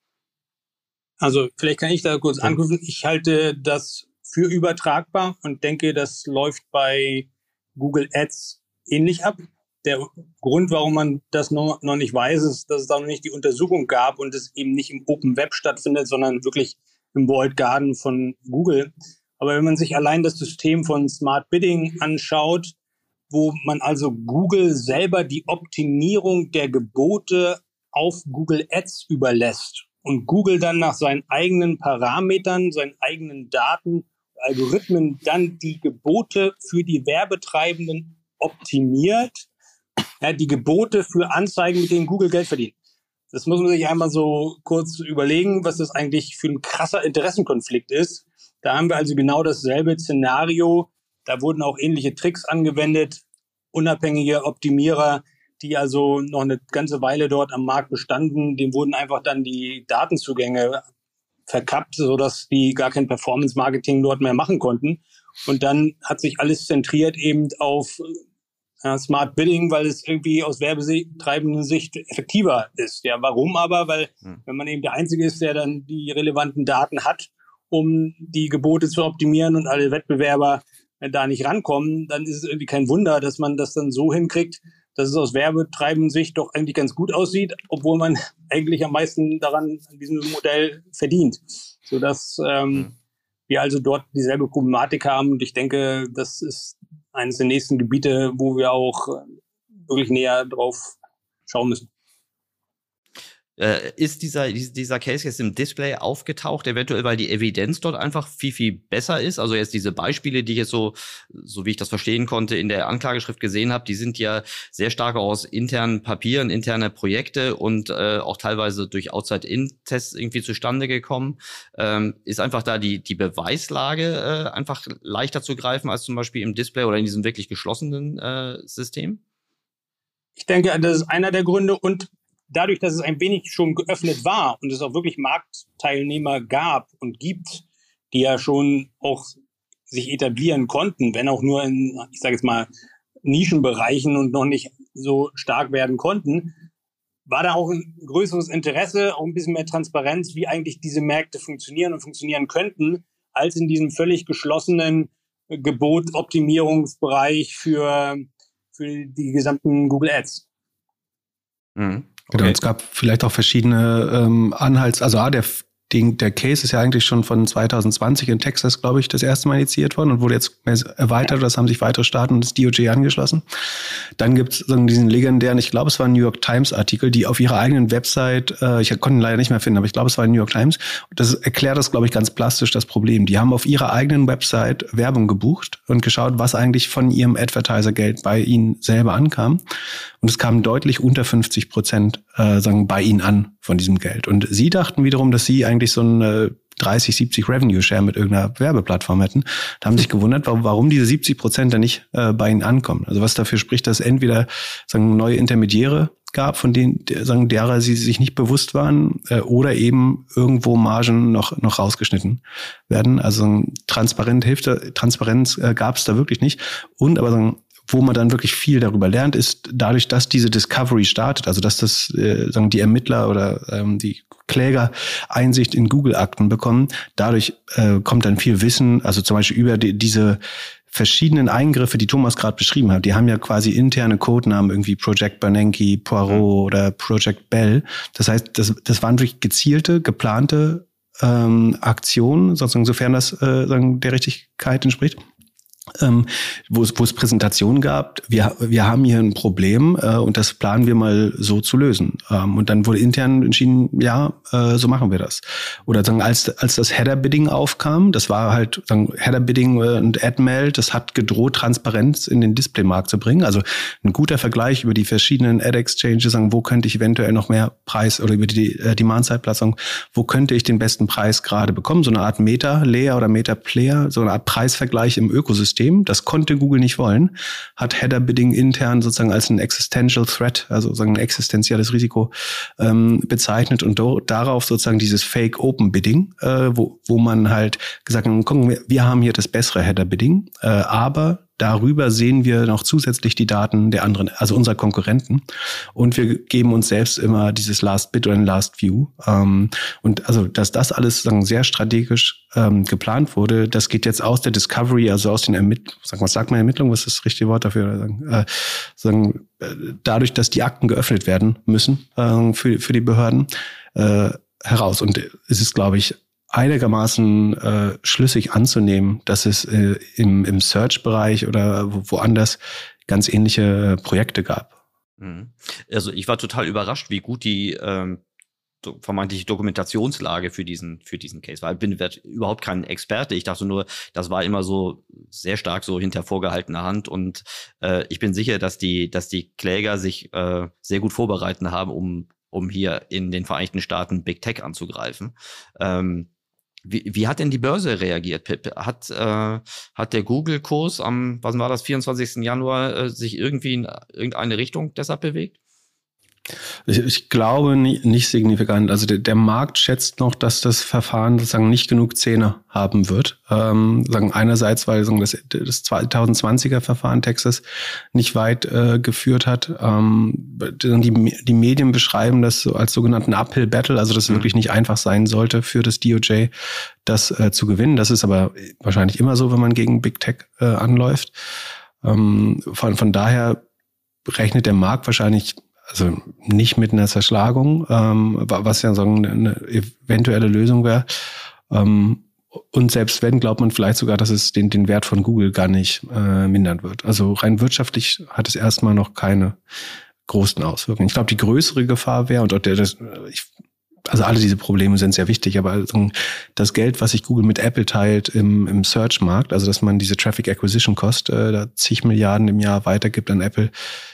Speaker 4: Also vielleicht kann ich da kurz anknüpfen. Ich halte das für übertragbar und denke, das läuft bei Google Ads ähnlich ab. Der Grund, warum man das noch, noch nicht weiß, ist, dass es da noch nicht die Untersuchung gab und es eben nicht im Open Web stattfindet, sondern wirklich im Walled Garden von Google. Aber wenn man sich allein das System von Smart Bidding anschaut, wo man also Google selber die Optimierung der Gebote auf Google Ads überlässt und Google dann nach seinen eigenen Parametern, seinen eigenen Daten, Algorithmen dann die Gebote für die Werbetreibenden optimiert, ja, die Gebote für Anzeigen, mit denen Google Geld verdient. Das muss man sich einmal so kurz überlegen, was das eigentlich für ein krasser Interessenkonflikt ist. Da haben wir also genau dasselbe Szenario. Da wurden auch ähnliche Tricks angewendet, unabhängige Optimierer, die also noch eine ganze Weile dort am Markt bestanden. Dem wurden einfach dann die Datenzugänge verkappt, sodass die gar kein Performance-Marketing dort mehr machen konnten. Und dann hat sich alles zentriert eben auf ja, Smart Bidding, weil es irgendwie aus werbetreibender Sicht effektiver ist. Ja, warum aber? Weil hm. wenn man eben der Einzige ist, der dann die relevanten Daten hat, um die Gebote zu optimieren und alle Wettbewerber da nicht rankommen, dann ist es irgendwie kein Wunder, dass man das dann so hinkriegt, dass es aus werbetreibender Sicht doch eigentlich ganz gut aussieht, obwohl man eigentlich am meisten daran an diesem Modell verdient. Sodass ähm, wir also dort dieselbe Problematik haben. Und ich denke, das ist eines der nächsten Gebiete, wo wir auch wirklich näher drauf schauen müssen.
Speaker 2: Äh, ist dieser, dieser Case jetzt im Display aufgetaucht, eventuell, weil die Evidenz dort einfach viel, viel besser ist? Also jetzt diese Beispiele, die ich jetzt so, so wie ich das verstehen konnte, in der Anklageschrift gesehen habe, die sind ja sehr stark aus internen Papieren, interne Projekte und äh, auch teilweise durch Outside-In-Tests irgendwie zustande gekommen. Ähm, ist einfach da die, die Beweislage äh, einfach leichter zu greifen als zum Beispiel im Display oder in diesem wirklich geschlossenen äh, System?
Speaker 4: Ich denke, das ist einer der Gründe und dadurch, dass es ein wenig schon geöffnet war und es auch wirklich Marktteilnehmer gab und gibt, die ja schon auch sich etablieren konnten, wenn auch nur in, ich sage jetzt mal, Nischenbereichen und noch nicht so stark werden konnten, war da auch ein größeres Interesse, auch ein bisschen mehr Transparenz, wie eigentlich diese Märkte funktionieren und funktionieren könnten, als in diesem völlig geschlossenen Gebotoptimierungsbereich für, für die gesamten Google Ads.
Speaker 2: Mhm.
Speaker 3: Genau,
Speaker 2: Okay.
Speaker 3: es gab vielleicht auch verschiedene ähm, Anhalts, also ah, der, den, der Case ist ja eigentlich schon von zwanzig zwanzig in Texas, glaube ich, das erste Mal initiiert worden und wurde jetzt erweitert, das haben sich weitere Staaten und das D O J angeschlossen. Dann gibt es diesen legendären, ich glaube, es war ein New York Times Artikel, die auf ihrer eigenen Website, äh, ich konnte ihn leider nicht mehr finden, aber ich glaube, es war ein New York Times, das erklärt das, glaube ich, ganz plastisch, das Problem. Die haben auf ihrer eigenen Website Werbung gebucht und geschaut, was eigentlich von ihrem Advertiser-Geld bei ihnen selber ankam. Und es kam deutlich unter fünfzig Prozent äh, sagen bei ihnen an von diesem Geld. Und sie dachten wiederum, dass sie eigentlich so ein äh, dreißig, siebzig Revenue-Share mit irgendeiner Werbeplattform hätten. Da haben sich gewundert, warum, warum diese siebzig Prozent dann nicht äh, bei ihnen ankommen. Also was dafür spricht, dass entweder sagen neue Intermediäre gab, von denen sagen derer sie sich nicht bewusst waren, äh, oder eben irgendwo Margen noch noch rausgeschnitten werden. Also transparent hilft, Transparenz äh, gab es da wirklich nicht. Und aber sagen wo man dann wirklich viel darüber lernt, ist dadurch, dass diese Discovery startet, also dass das äh, sagen die Ermittler oder ähm, die Kläger Einsicht in Google-Akten bekommen. Dadurch äh, kommt dann viel Wissen, also zum Beispiel über die, diese verschiedenen Eingriffe, die Thomas gerade beschrieben hat. Die haben ja quasi interne Codenamen, irgendwie Project Bernanke, Poirot oder Project Bell. Das heißt, das, das waren wirklich gezielte, geplante ähm, Aktionen, sozusagen, sofern das äh, sagen, der Richtigkeit entspricht. Ähm, wo es, wo es Präsentationen gab, wir, wir haben hier ein Problem äh, und das planen wir mal so zu lösen. Ähm, und dann wurde intern entschieden, ja, äh, so machen wir das. Oder sagen, als, als das Header-Bidding aufkam, das war halt sagen, Header-Bidding und AdMail, das hat gedroht, Transparenz in den Displaymarkt zu bringen. Also ein guter Vergleich über die verschiedenen Ad-Exchanges, sagen, wo könnte ich eventuell noch mehr Preis oder über die äh, Demand-Side-Platzung, wo könnte ich den besten Preis gerade bekommen? So eine Art Meta-Layer oder Meta-Player, so eine Art Preisvergleich im Ökosystem. Das konnte Google nicht wollen, hat Header-Bidding intern sozusagen als ein Existential Threat, also sozusagen ein existenzielles Risiko ähm, bezeichnet und do- darauf sozusagen dieses Fake Open Bidding, äh, wo, wo man halt gesagt hat, gucken wir, wir haben hier das bessere Header-Bidding, äh, aber darüber sehen wir noch zusätzlich die Daten der anderen, also unserer Konkurrenten. Und wir geben uns selbst immer dieses Last Bid oder ein Last View. Ähm, und also, dass das alles sagen, sehr strategisch ähm, geplant wurde, das geht jetzt aus der Discovery, also aus den Ermittlungen, sag mal, sagt man Ermittlungen, was ist das richtige Wort dafür? Oder sagen, äh, sagen, äh, dadurch, dass die Akten geöffnet werden müssen äh, für, für die Behörden, äh, heraus. Und es ist, glaube ich, einigermaßen äh, schlüssig anzunehmen, dass es äh, im, im Search-Bereich oder wo, woanders ganz ähnliche Projekte gab.
Speaker 2: Also ich war total überrascht, wie gut die ähm, do, vermeintliche Dokumentationslage für diesen für diesen Case war. Ich bin überhaupt kein Experte. Ich dachte nur, das war immer so sehr stark so hinter vorgehaltener Hand und äh, ich bin sicher, dass die dass die Kläger sich äh, sehr gut vorbereiten haben, um um hier in den Vereinigten Staaten Big Tech anzugreifen. Ähm, Wie, wie hat denn die Börse reagiert, Pip? Hat, äh, hat der Google-Kurs am, was war das, vierundzwanzigsten Januar äh, sich irgendwie in irgendeine Richtung deshalb bewegt?
Speaker 3: Ich, ich glaube nie, nicht signifikant. Also der, der Markt schätzt noch, dass das Verfahren sozusagen nicht genug Zähne haben wird. Ähm, sagen einerseits, weil sagen, das, das zwanzig zwanziger Verfahren Texas nicht weit äh, geführt hat. Ähm, die, die Medien beschreiben das so als sogenannten Uphill Battle, also dass es mhm. wirklich nicht einfach sein sollte für das D O J, das äh, zu gewinnen. Das ist aber wahrscheinlich immer so, wenn man gegen Big Tech äh, anläuft. Ähm, von, von daher rechnet der Markt wahrscheinlich also nicht mit einer Zerschlagung, ähm, was ja so eine eventuelle Lösung wäre. Ähm, und selbst wenn, glaubt man vielleicht sogar, dass es den, den Wert von Google gar nicht äh, mindern wird. Also rein wirtschaftlich hat es erstmal noch keine großen Auswirkungen. Ich glaube, die größere Gefahr wäre, und der, das, ich, also alle diese Probleme sind sehr wichtig, aber also das Geld, was sich Google mit Apple teilt im, im Search-Markt, also dass man diese Traffic Acquisition Cost, äh, da zig Milliarden im Jahr weitergibt an Apple,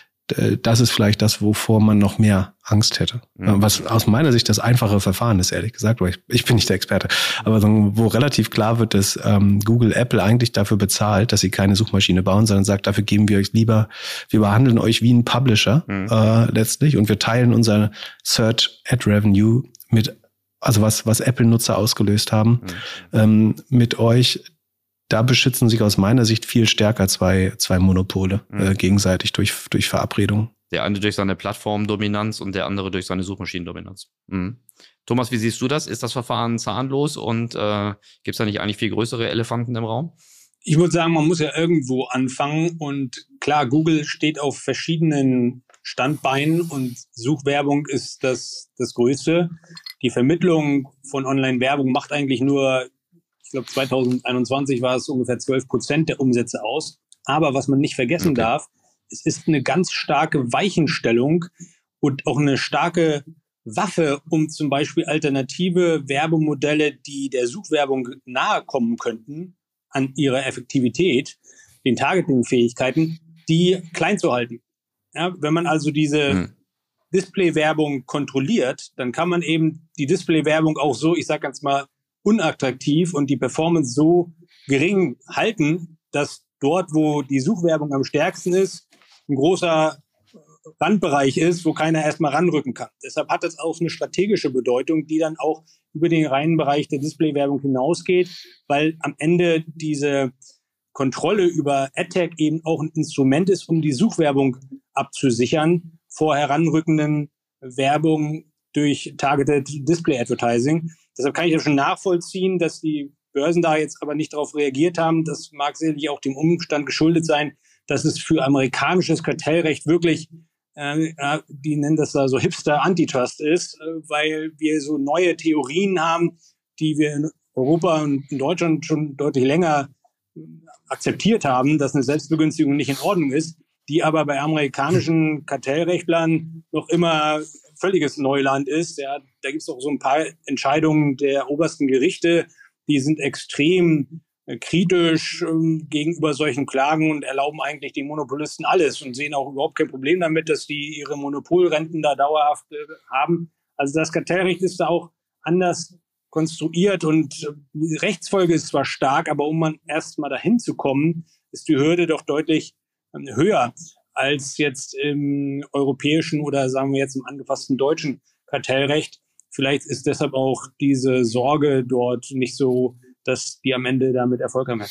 Speaker 3: das ist vielleicht das, wovor man noch mehr Angst hätte. Mhm. Was aus meiner Sicht das einfache Verfahren ist, ehrlich gesagt, weil ich, ich bin nicht der Experte, aber so, wo relativ klar wird, dass ähm, Google Apple eigentlich dafür bezahlt, dass sie keine Suchmaschine bauen, sondern sagt, dafür geben wir euch lieber, wir behandeln euch wie ein Publisher mhm. äh, letztlich und wir teilen unser Search Ad Revenue mit, also was was Apple-Nutzer ausgelöst haben, mhm. ähm, mit euch. Da beschützen sich aus meiner Sicht viel stärker zwei, zwei Monopole mhm. äh, gegenseitig durch, durch Verabredungen.
Speaker 2: Der eine durch seine Plattformdominanz und der andere durch seine Suchmaschinendominanz. Mhm. Thomas, wie siehst du das? Ist das Verfahren zahnlos und äh, gibt es da nicht eigentlich viel größere Elefanten im Raum?
Speaker 4: Ich würde sagen, man muss ja irgendwo anfangen und klar, Google steht auf verschiedenen Standbeinen und Suchwerbung ist das, das Größte. Die Vermittlung von Online-Werbung macht eigentlich nur, ich glaube zwanzig einundzwanzig war es ungefähr zwölf Prozent der Umsätze aus. Aber was man nicht vergessen okay. darf, es ist eine ganz starke Weichenstellung und auch eine starke Waffe, um zum Beispiel alternative Werbemodelle, die der Suchwerbung nahe kommen könnten, an ihrer Effektivität, den Targeting-Fähigkeiten, die klein zu halten. Ja, wenn man also diese hm. Display-Werbung kontrolliert, dann kann man eben die Display-Werbung auch so, ich sag ganz mal, unattraktiv und die Performance so gering halten, dass dort, wo die Suchwerbung am stärksten ist, ein großer Randbereich ist, wo keiner erstmal ranrücken kann. Deshalb hat das auch eine strategische Bedeutung, die dann auch über den reinen Bereich der Display-Werbung hinausgeht, weil am Ende diese Kontrolle über AdTech eben auch ein Instrument ist, um die Suchwerbung abzusichern vor heranrückenden Werbung durch Targeted Display Advertising. Deshalb kann ich ja schon nachvollziehen, dass die Börsen da jetzt aber nicht darauf reagiert haben. Das mag sicherlich auch dem Umstand geschuldet sein, dass es für amerikanisches Kartellrecht wirklich, äh, die nennen das da so Hipster-Antitrust ist, äh, weil wir so neue Theorien haben, die wir in Europa und in Deutschland schon deutlich länger akzeptiert haben, dass eine Selbstbegünstigung nicht in Ordnung ist, die aber bei amerikanischen Kartellrechtlern noch immer völliges Neuland ist. Ja, da gibt es auch so ein paar Entscheidungen der obersten Gerichte, die sind extrem äh, kritisch ähm, gegenüber solchen Klagen und erlauben eigentlich den Monopolisten alles und sehen auch überhaupt kein Problem damit, dass die ihre Monopolrenten da dauerhaft äh, haben. Also das Kartellrecht ist da auch anders konstruiert und äh, die Rechtsfolge ist zwar stark, aber um man erst mal dahin zu kommen, ist die Hürde doch deutlich äh, höher als jetzt im europäischen oder sagen wir jetzt im angepassten deutschen Kartellrecht. Vielleicht ist deshalb auch diese Sorge dort nicht so, dass die am Ende damit Erfolg haben.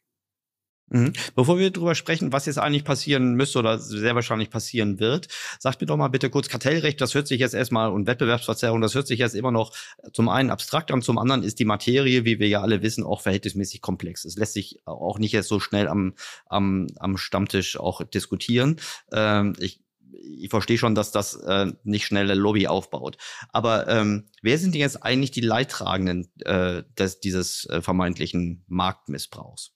Speaker 2: Mhm. Bevor wir darüber sprechen, was jetzt eigentlich passieren müsste oder sehr wahrscheinlich passieren wird, sagt mir doch mal bitte kurz, Kartellrecht, das hört sich jetzt erstmal, und Wettbewerbsverzerrung, das hört sich jetzt immer noch zum einen abstrakt an, zum anderen ist die Materie, wie wir ja alle wissen, auch verhältnismäßig komplex. Es lässt sich auch nicht jetzt so schnell am, am, am Stammtisch auch diskutieren. Ähm, ich Ich verstehe schon, dass das äh, nicht schnelle Lobby aufbaut. Aber ähm, wer sind denn jetzt eigentlich die Leidtragenden äh, des, dieses äh, vermeintlichen Marktmissbrauchs?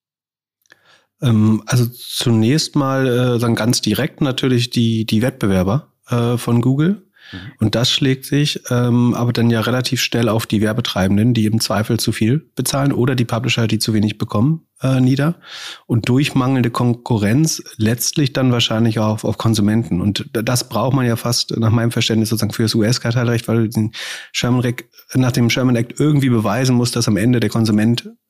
Speaker 3: Ähm, also zunächst mal äh, sagen ganz direkt natürlich die, die Wettbewerber äh, von Google. Mhm. Und das schlägt sich ähm, aber dann ja relativ schnell auf die Werbetreibenden, die im Zweifel zu viel bezahlen, oder die Publisher, die zu wenig bekommen, äh, nieder. Und durch mangelnde Konkurrenz letztlich dann wahrscheinlich auch auf, auf Konsumenten. Und das braucht man ja fast nach meinem Verständnis sozusagen für das U S-Kartellrecht, weil den Sherman Act, nach dem Sherman Act irgendwie beweisen muss, dass am Ende der Konsument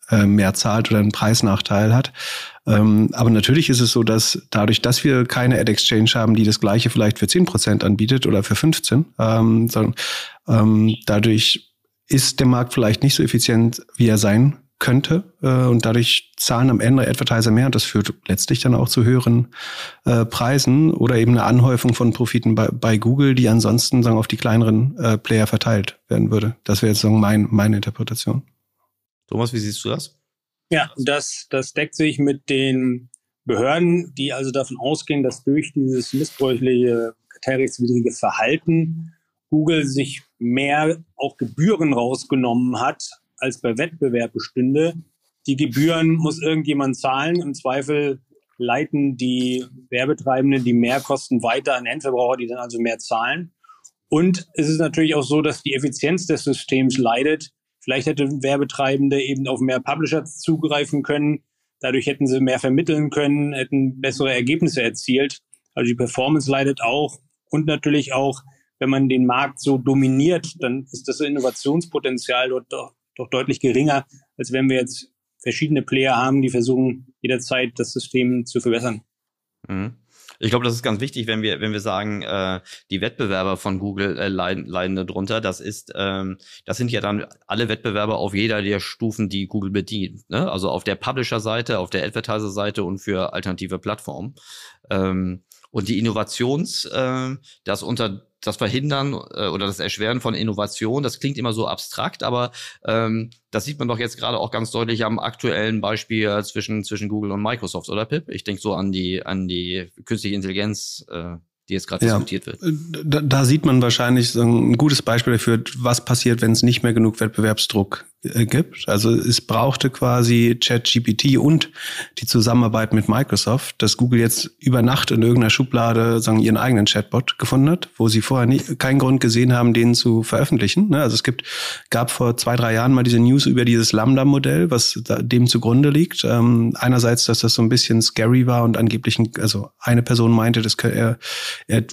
Speaker 3: äh, mehr zahlt oder einen Preisnachteil hat. Ähm, aber natürlich ist es so, dass dadurch, dass wir keine Ad-Exchange haben, die das Gleiche vielleicht für zehn Prozent anbietet oder für fünfzehn, ähm, sondern ähm, dadurch ist der Markt vielleicht nicht so effizient, wie er sein könnte. Äh, und dadurch zahlen am Ende Advertiser mehr. Und das führt letztlich dann auch zu höheren äh, Preisen oder eben eine Anhäufung von Profiten bei, bei Google, die ansonsten sagen, auf die kleineren äh, Player verteilt werden würde. Das wäre jetzt sagen, mein, meine Interpretation.
Speaker 2: Thomas, wie siehst du das?
Speaker 4: Ja, das, das deckt sich mit den Behörden, die also davon ausgehen, dass durch dieses missbräuchliche, kartellrechtswidrige Verhalten Google sich mehr auch Gebühren rausgenommen hat, als bei Wettbewerb bestünde. Die Gebühren muss irgendjemand zahlen. Im Zweifel leiten die Werbetreibenden die Mehrkosten weiter an Endverbraucher, die dann also mehr zahlen. Und es ist natürlich auch so, dass die Effizienz des Systems leidet. Vielleicht hätten Werbetreibende eben auf mehr Publisher zugreifen können. Dadurch hätten sie mehr vermitteln können, hätten bessere Ergebnisse erzielt. Also die Performance leidet auch. Und natürlich auch, wenn man den Markt so dominiert, dann ist das Innovationspotenzial dort doch, doch deutlich geringer, als wenn wir jetzt verschiedene Player haben, die versuchen, jederzeit das System zu verbessern.
Speaker 2: Mhm. Ich glaube, das ist ganz wichtig, wenn wir wenn wir sagen, äh, die Wettbewerber von Google äh, leiden, leiden darunter. Das ist, ähm, das sind ja dann alle Wettbewerber auf jeder der Stufen, die Google bedient. Ne? Also auf der Publisher-Seite, auf der Advertiser-Seite und für alternative Plattformen. Ähm, und die Innovations, äh, das unter das Verhindern äh, oder das Erschweren von Innovation, das klingt immer so abstrakt, aber ähm, das sieht man doch jetzt gerade auch ganz deutlich am aktuellen Beispiel zwischen zwischen Google und Microsoft, oder Pip? Ich denke so an die an die künstliche Intelligenz, äh, die jetzt gerade ja, diskutiert wird.
Speaker 3: Da, da sieht man wahrscheinlich so ein gutes Beispiel dafür, was passiert, wenn es nicht mehr genug Wettbewerbsdruck äh, gibt. Also es brauchte quasi ChatGPT und die Zusammenarbeit mit Microsoft, dass Google jetzt über Nacht in irgendeiner Schublade sagen, ihren eigenen Chatbot gefunden hat, wo sie vorher nie, keinen Grund gesehen haben, den zu veröffentlichen. Also es gibt gab vor zwei, drei Jahren mal diese News über dieses Lambda-Modell, was da, dem zugrunde liegt. Ähm, einerseits, dass das so ein bisschen scary war und angeblich, ein, also eine Person meinte, das könnte er Er,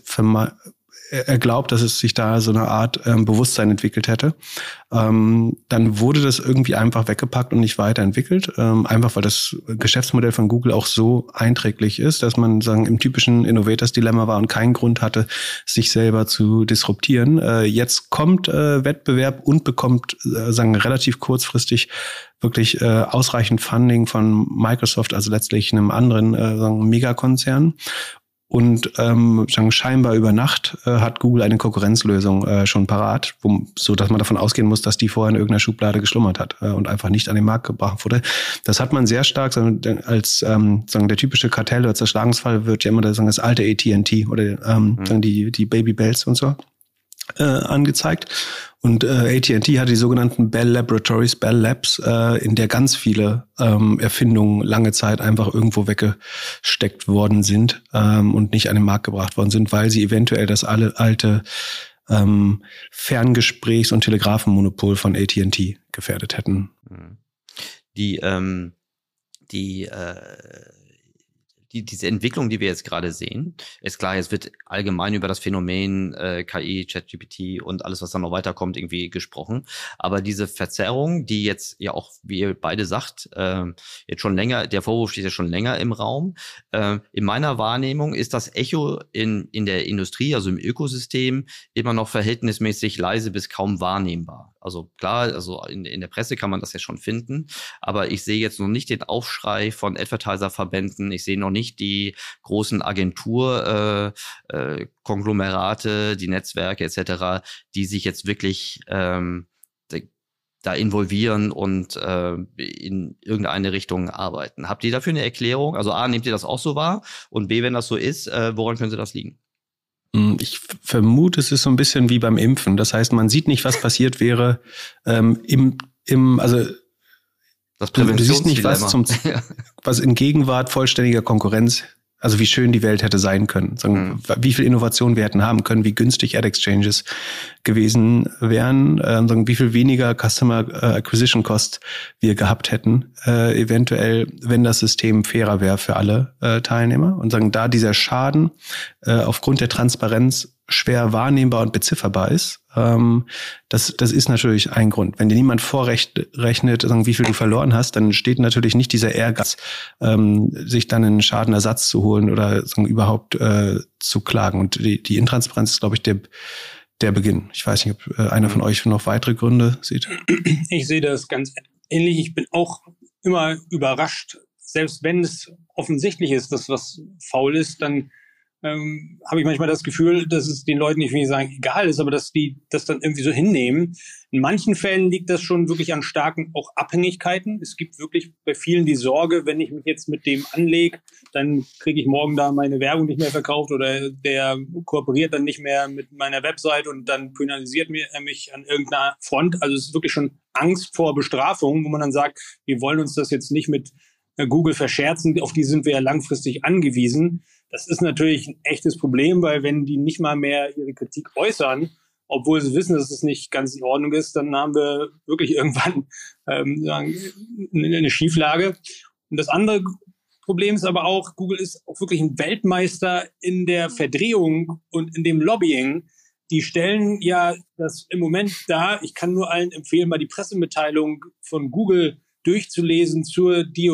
Speaker 3: er glaubt, dass es sich da so eine Art ähm, Bewusstsein entwickelt hätte. Ähm, dann wurde das irgendwie einfach weggepackt und nicht weiterentwickelt. Ähm, einfach, weil das Geschäftsmodell von Google auch so einträglich ist, dass man sagen im typischen Innovators-Dilemma war und keinen Grund hatte, sich selber zu disruptieren. Äh, jetzt kommt äh, Wettbewerb und bekommt äh, sagen relativ kurzfristig wirklich äh, ausreichend Funding von Microsoft, also letztlich einem anderen äh, sagen Megakonzern. Und ähm, scheinbar über Nacht äh, hat Google eine Konkurrenzlösung äh, schon parat, wo, so dass man davon ausgehen muss, dass die vorher in irgendeiner Schublade geschlummert hat äh, und einfach nicht an den Markt gebracht wurde. Das hat man sehr stark sagen, als ähm, sagen der typische Kartell oder Zerschlagungsfall wird ja immer das, sagen, das alte A T and T oder ähm, mhm. sagen die die Baby Bells und so äh, angezeigt. Und äh, A T and T hat die sogenannten Bell Laboratories, Bell Labs, äh, in der ganz viele ähm, Erfindungen lange Zeit einfach irgendwo weggesteckt worden sind ähm, und nicht an den Markt gebracht worden sind, weil sie eventuell das alle alte ähm, Ferngesprächs- und Telegrafenmonopol von A T and T gefährdet hätten.
Speaker 2: Die, ähm, die, äh Die, diese Entwicklung, die wir jetzt gerade sehen, ist klar, jetzt wird allgemein über das Phänomen äh, K I, ChatGPT und alles, was dann noch weiterkommt, irgendwie gesprochen. Aber diese Verzerrung, die jetzt ja auch, wie ihr beide sagt, äh, jetzt schon länger, der Vorwurf steht ja schon länger im Raum. Äh, in meiner Wahrnehmung ist das Echo in in der Industrie, also im Ökosystem, immer noch verhältnismäßig leise bis kaum wahrnehmbar. Also klar, also in, in der Presse kann man das ja schon finden, aber ich sehe jetzt noch nicht den Aufschrei von Advertiser-Verbänden, ich sehe noch nicht die großen Agentur-Konglomerate, äh, äh, die Netzwerke et cetera, die sich jetzt wirklich ähm, da involvieren und äh, in irgendeine Richtung arbeiten. Habt ihr dafür eine Erklärung? Also A, nehmt ihr das auch so wahr? Und B, wenn das so ist, äh, woran könnte das liegen?
Speaker 3: Ich vermute, es ist so ein bisschen wie beim Impfen. Das heißt, man sieht nicht, was passiert wäre ähm, im, im, also
Speaker 2: das
Speaker 3: du, du siehst nicht, was zum, was in Gegenwart vollständiger Konkurrenz, also wie schön die Welt hätte sein können, sagen, mhm. wie viel Innovation wir hätten haben können, wie günstig Ad-Exchanges gewesen wären, äh, sagen, wie viel weniger Customer Acquisition Cost wir gehabt hätten, äh, eventuell, wenn das System fairer wäre für alle äh, Teilnehmer. Und sagen, da dieser Schaden äh, aufgrund der Transparenz schwer wahrnehmbar und bezifferbar ist. Ähm, das, das ist natürlich ein Grund. Wenn dir niemand vorrechnet, wie viel du verloren hast, dann steht natürlich nicht dieser Ehrgeiz, ähm, sich dann einen Schadenersatz zu holen oder sagen, überhaupt äh, zu klagen. Und die, die Intransparenz ist, glaube ich, der, der Beginn. Ich weiß nicht, ob äh, einer von euch noch weitere Gründe sieht.
Speaker 4: Ich sehe das ganz ähnlich. Ich bin auch immer überrascht, selbst wenn es offensichtlich ist, dass was faul ist, dann ähm, habe ich manchmal das Gefühl, dass es den Leuten nicht, will ich sagen, egal ist, aber dass die das dann irgendwie so hinnehmen. In manchen Fällen liegt das schon wirklich an starken auch Abhängigkeiten. Es gibt wirklich bei vielen die Sorge, wenn ich mich jetzt mit dem anlege, dann kriege ich morgen da meine Werbung nicht mehr verkauft oder der kooperiert dann nicht mehr mit meiner Website und dann penalisiert er mich an irgendeiner Front. Also es ist wirklich schon Angst vor Bestrafung, wo man dann sagt, wir wollen uns das jetzt nicht mit Google verscherzen, auf die sind wir ja langfristig angewiesen. Das ist natürlich ein echtes Problem, weil wenn die nicht mal mehr ihre Kritik äußern, obwohl sie wissen, dass es nicht ganz in Ordnung ist, dann haben wir wirklich irgendwann ähm, sagen, eine Schieflage. Und das andere Problem ist aber auch, Google ist auch wirklich ein Weltmeister in der Verdrehung und in dem Lobbying. Die stellen ja das im Moment dar. Ich kann nur allen empfehlen, mal die Pressemitteilung von Google durchzulesen zur D O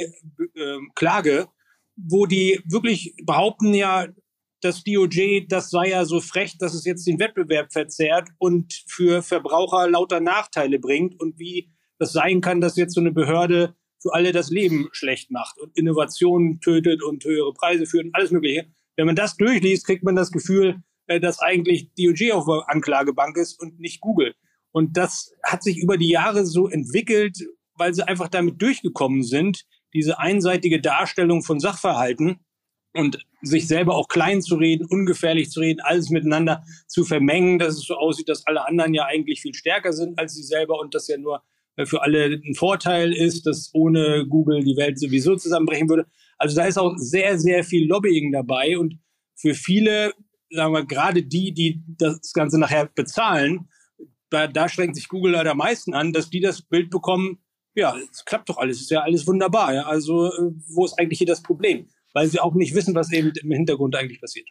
Speaker 4: J-Klage, äh, wo die wirklich behaupten ja, das D O J, das sei ja so frech, dass es jetzt den Wettbewerb verzerrt und für Verbraucher lauter Nachteile bringt und wie das sein kann, dass jetzt so eine Behörde für alle das Leben schlecht macht und Innovationen tötet und höhere Preise führt und alles Mögliche. Wenn man das durchliest, kriegt man das Gefühl, dass eigentlich D O J auf der Anklagebank ist und nicht Google. Und das hat sich über die Jahre so entwickelt, weil sie einfach damit durchgekommen sind, diese einseitige Darstellung von Sachverhalten und sich selber auch klein zu reden, ungefährlich zu reden, alles miteinander zu vermengen, dass es so aussieht, dass alle anderen ja eigentlich viel stärker sind als sie selber und das ja nur für alle ein Vorteil ist, dass ohne Google die Welt sowieso zusammenbrechen würde. Also da ist auch sehr, sehr viel Lobbying dabei und für viele, sagen wir, gerade die, die das Ganze nachher bezahlen, da, da strengt sich Google leider am meisten an, dass die das Bild bekommen, ja, es klappt doch alles, ist ja alles wunderbar. Ja? Also äh, wo ist eigentlich hier das Problem? Weil sie auch nicht wissen, was eben im Hintergrund eigentlich passiert.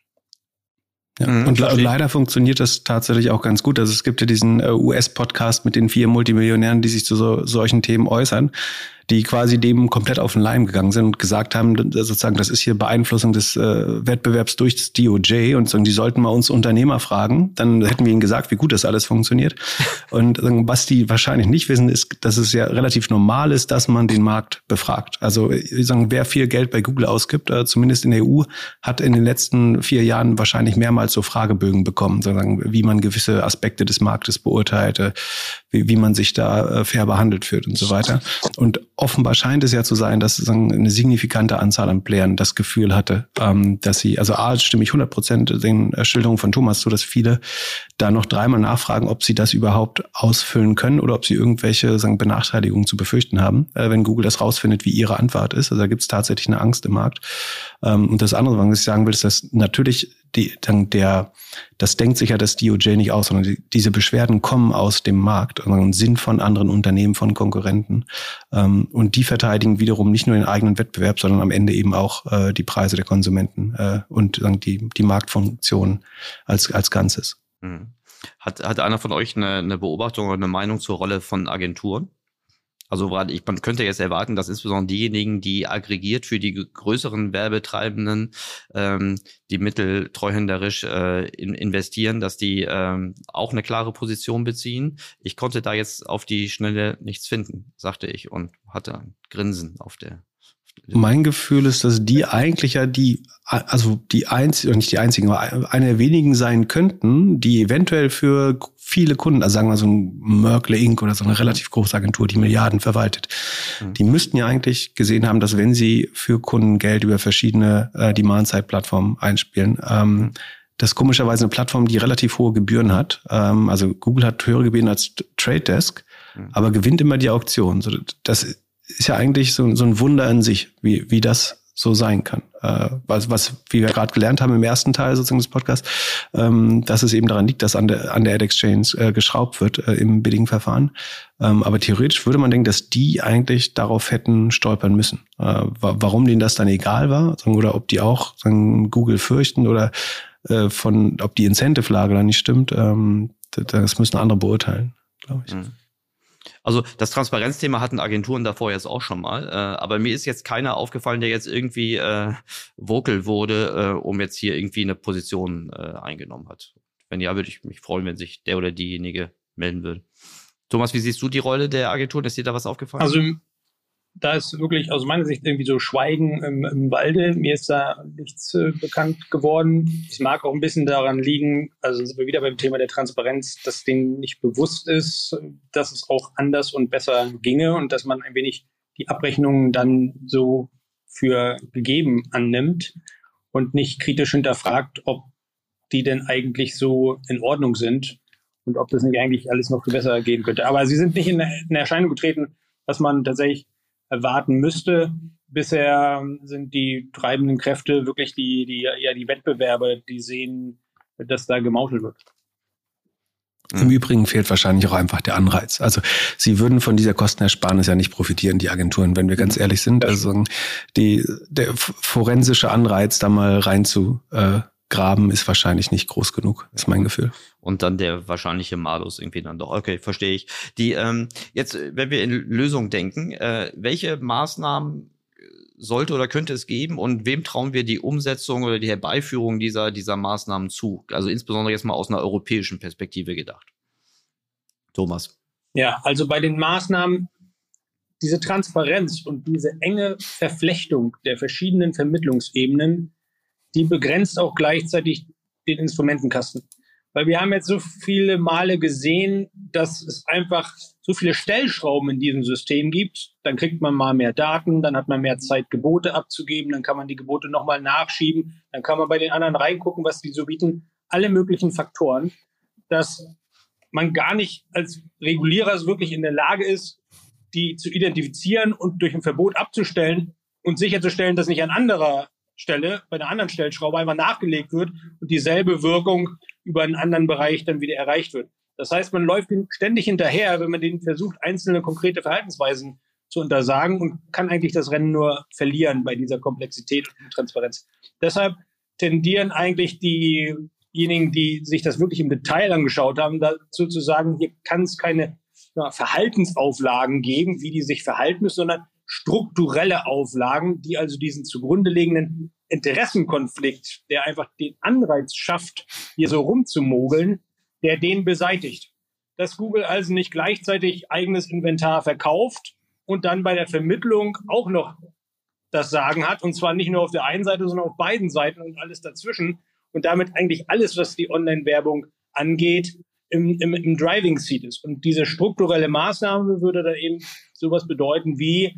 Speaker 3: Ja, mhm, und le- leider funktioniert das tatsächlich auch ganz gut. Also es gibt ja diesen äh, U S-Podcast mit den vier Multimillionären, die sich zu so, solchen Themen äußern, die quasi dem komplett auf den Leim gegangen sind und gesagt haben, sozusagen, das ist hier Beeinflussung des äh, Wettbewerbs durch das D O J und sagen, die sollten mal uns Unternehmer fragen. Dann hätten wir ihnen gesagt, wie gut das alles funktioniert. Und sagen, was die wahrscheinlich nicht wissen, ist, dass es ja relativ normal ist, dass man den Markt befragt. Also sagen, wer viel Geld bei Google ausgibt, äh, zumindest in der E U, hat in den letzten vier Jahren wahrscheinlich mehrmals so Fragebögen bekommen, sozusagen, wie man gewisse Aspekte des Marktes beurteilt, äh, wie, wie man sich da äh, fair behandelt fühlt und so weiter. Und offenbar scheint es ja zu sein, dass sagen, eine signifikante Anzahl an Playern das Gefühl hatte, ähm, dass sie, also A, stimme ich hundert Prozent den Schilderungen von Thomas zu, dass viele da noch dreimal nachfragen, ob sie das überhaupt ausfüllen können oder ob sie irgendwelche sagen, Benachteiligungen zu befürchten haben, äh, wenn Google das rausfindet, wie ihre Antwort ist. Also da gibt es tatsächlich eine Angst im Markt. Ähm, und das andere, was ich sagen will, ist, dass natürlich die, dann der, das denkt sich ja das D O J nicht aus, sondern die, diese Beschwerden kommen aus dem Markt und sind von anderen Unternehmen, von Konkurrenten. Ähm, und die verteidigen wiederum nicht nur den eigenen Wettbewerb, sondern am Ende eben auch äh, die Preise der Konsumenten äh, und sagen, die, die Marktfunktion als, als Ganzes.
Speaker 2: Mhm. Hat, hat einer von euch eine, eine Beobachtung oder eine Meinung zur Rolle von Agenturen? Also ich, man könnte jetzt erwarten, dass insbesondere diejenigen, die aggregiert für die größeren Werbetreibenden ähm, die Mittel treuhänderisch äh, in, investieren, dass die ähm, auch eine klare Position beziehen. Ich konnte da jetzt auf die Schnelle nichts finden, sagte ich und hatte ein Grinsen auf der.
Speaker 3: Mein Gefühl ist, dass die eigentlich ja die, also die einzigen, nicht die einzigen, aber eine der wenigen sein könnten, die eventuell für viele Kunden, also sagen wir so ein Merkle Incorporated oder so eine relativ große Agentur, die Milliarden verwaltet, mhm. die müssten ja eigentlich gesehen haben, dass wenn sie für Kunden Geld über verschiedene äh, Demand-Side-Plattformen einspielen, ähm, das ist komischerweise eine Plattform, die relativ hohe Gebühren hat. Ähm, also Google hat höhere Gebühren als Trade Desk, mhm. aber gewinnt immer die Auktion. So, das ist ja eigentlich so, so ein Wunder in sich, wie, wie das so sein kann. Äh, was, was, wie wir gerade gelernt haben im ersten Teil sozusagen des Podcasts, ähm, dass es eben daran liegt, dass an der, an der Ad Exchange äh, geschraubt wird äh, im Bidding-Verfahren. Ähm, aber theoretisch würde man denken, dass die eigentlich darauf hätten stolpern müssen. Äh, warum denen das dann egal war, oder ob die auch sagen, Google fürchten oder äh, von, ob die Incentive-Lage da nicht stimmt, ähm, das müssen andere beurteilen, glaube ich.
Speaker 2: Mhm. Also das Transparenzthema hatten Agenturen davor jetzt auch schon mal, äh, aber mir ist jetzt keiner aufgefallen, der jetzt irgendwie äh, vocal wurde, äh, um jetzt hier irgendwie eine Position äh, eingenommen hat. Wenn ja, würde ich mich freuen, wenn sich der oder diejenige melden würde. Thomas, wie siehst du die Rolle der Agenturen? Ist dir da was aufgefallen?
Speaker 4: Also da ist wirklich aus meiner Sicht irgendwie so Schweigen im, im Walde. Mir ist da nichts äh, bekannt geworden. Es mag auch ein bisschen daran liegen, also sind wir wieder beim Thema der Transparenz, dass denen nicht bewusst ist, dass es auch anders und besser ginge und dass man ein wenig die Abrechnungen dann so für gegeben annimmt und nicht kritisch hinterfragt, ob die denn eigentlich so in Ordnung sind und ob das nicht eigentlich alles noch viel besser gehen könnte. Aber sie sind nicht in, in Erscheinung getreten, dass man tatsächlich erwarten müsste. Bisher sind die treibenden Kräfte wirklich die, die, ja, die Wettbewerber, die sehen, dass da gemauschelt wird.
Speaker 3: Im Übrigen fehlt wahrscheinlich auch einfach der Anreiz. Also sie würden von dieser Kostenersparnis ja nicht profitieren, die Agenturen, wenn wir ganz ehrlich sind. Also die, der forensische Anreiz, da mal rein zu äh, graben, ist wahrscheinlich nicht groß genug, ist mein Gefühl.
Speaker 2: Und dann der wahrscheinliche Malus irgendwie dann doch. Okay, verstehe ich. Die ähm, jetzt, wenn wir in Lösungen denken, äh, welche Maßnahmen sollte oder könnte es geben und wem trauen wir die Umsetzung oder die Herbeiführung dieser dieser Maßnahmen zu? Also insbesondere jetzt mal aus einer europäischen Perspektive gedacht. Thomas.
Speaker 4: Ja, also bei den Maßnahmen, diese Transparenz und diese enge Verflechtung der verschiedenen Vermittlungsebenen, die begrenzt auch gleichzeitig den Instrumentenkasten. Weil wir haben jetzt so viele Male gesehen, dass es einfach so viele Stellschrauben in diesem System gibt. Dann kriegt man mal mehr Daten, dann hat man mehr Zeit, Gebote abzugeben, dann kann man die Gebote nochmal nachschieben, dann kann man bei den anderen reingucken, was die so bieten. Alle möglichen Faktoren, dass man gar nicht als Regulierer so wirklich in der Lage ist, die zu identifizieren und durch ein Verbot abzustellen und sicherzustellen, dass nicht an anderer Stelle, bei einer anderen Stellschraube einfach nachgelegt wird und dieselbe Wirkung über einen anderen Bereich dann wieder erreicht wird. Das heißt, man läuft ständig hinterher, wenn man denen versucht, einzelne konkrete Verhaltensweisen zu untersagen und kann eigentlich das Rennen nur verlieren bei dieser Komplexität und Transparenz. Deshalb tendieren eigentlich diejenigen, die sich das wirklich im Detail angeschaut haben, dazu zu sagen, hier kann es keine ja, Verhaltensauflagen geben, wie die sich verhalten müssen, sondern strukturelle Auflagen, die also diesen zugrunde liegenden Interessenkonflikt, der einfach den Anreiz schafft, hier so rumzumogeln, der den beseitigt. Dass Google also nicht gleichzeitig eigenes Inventar verkauft und dann bei der Vermittlung auch noch das Sagen hat, und zwar nicht nur auf der einen Seite, sondern auf beiden Seiten und alles dazwischen und damit eigentlich alles, was die Online-Werbung angeht, im, im, im Driving Seat ist. Und diese strukturelle Maßnahme würde da eben sowas bedeuten wie,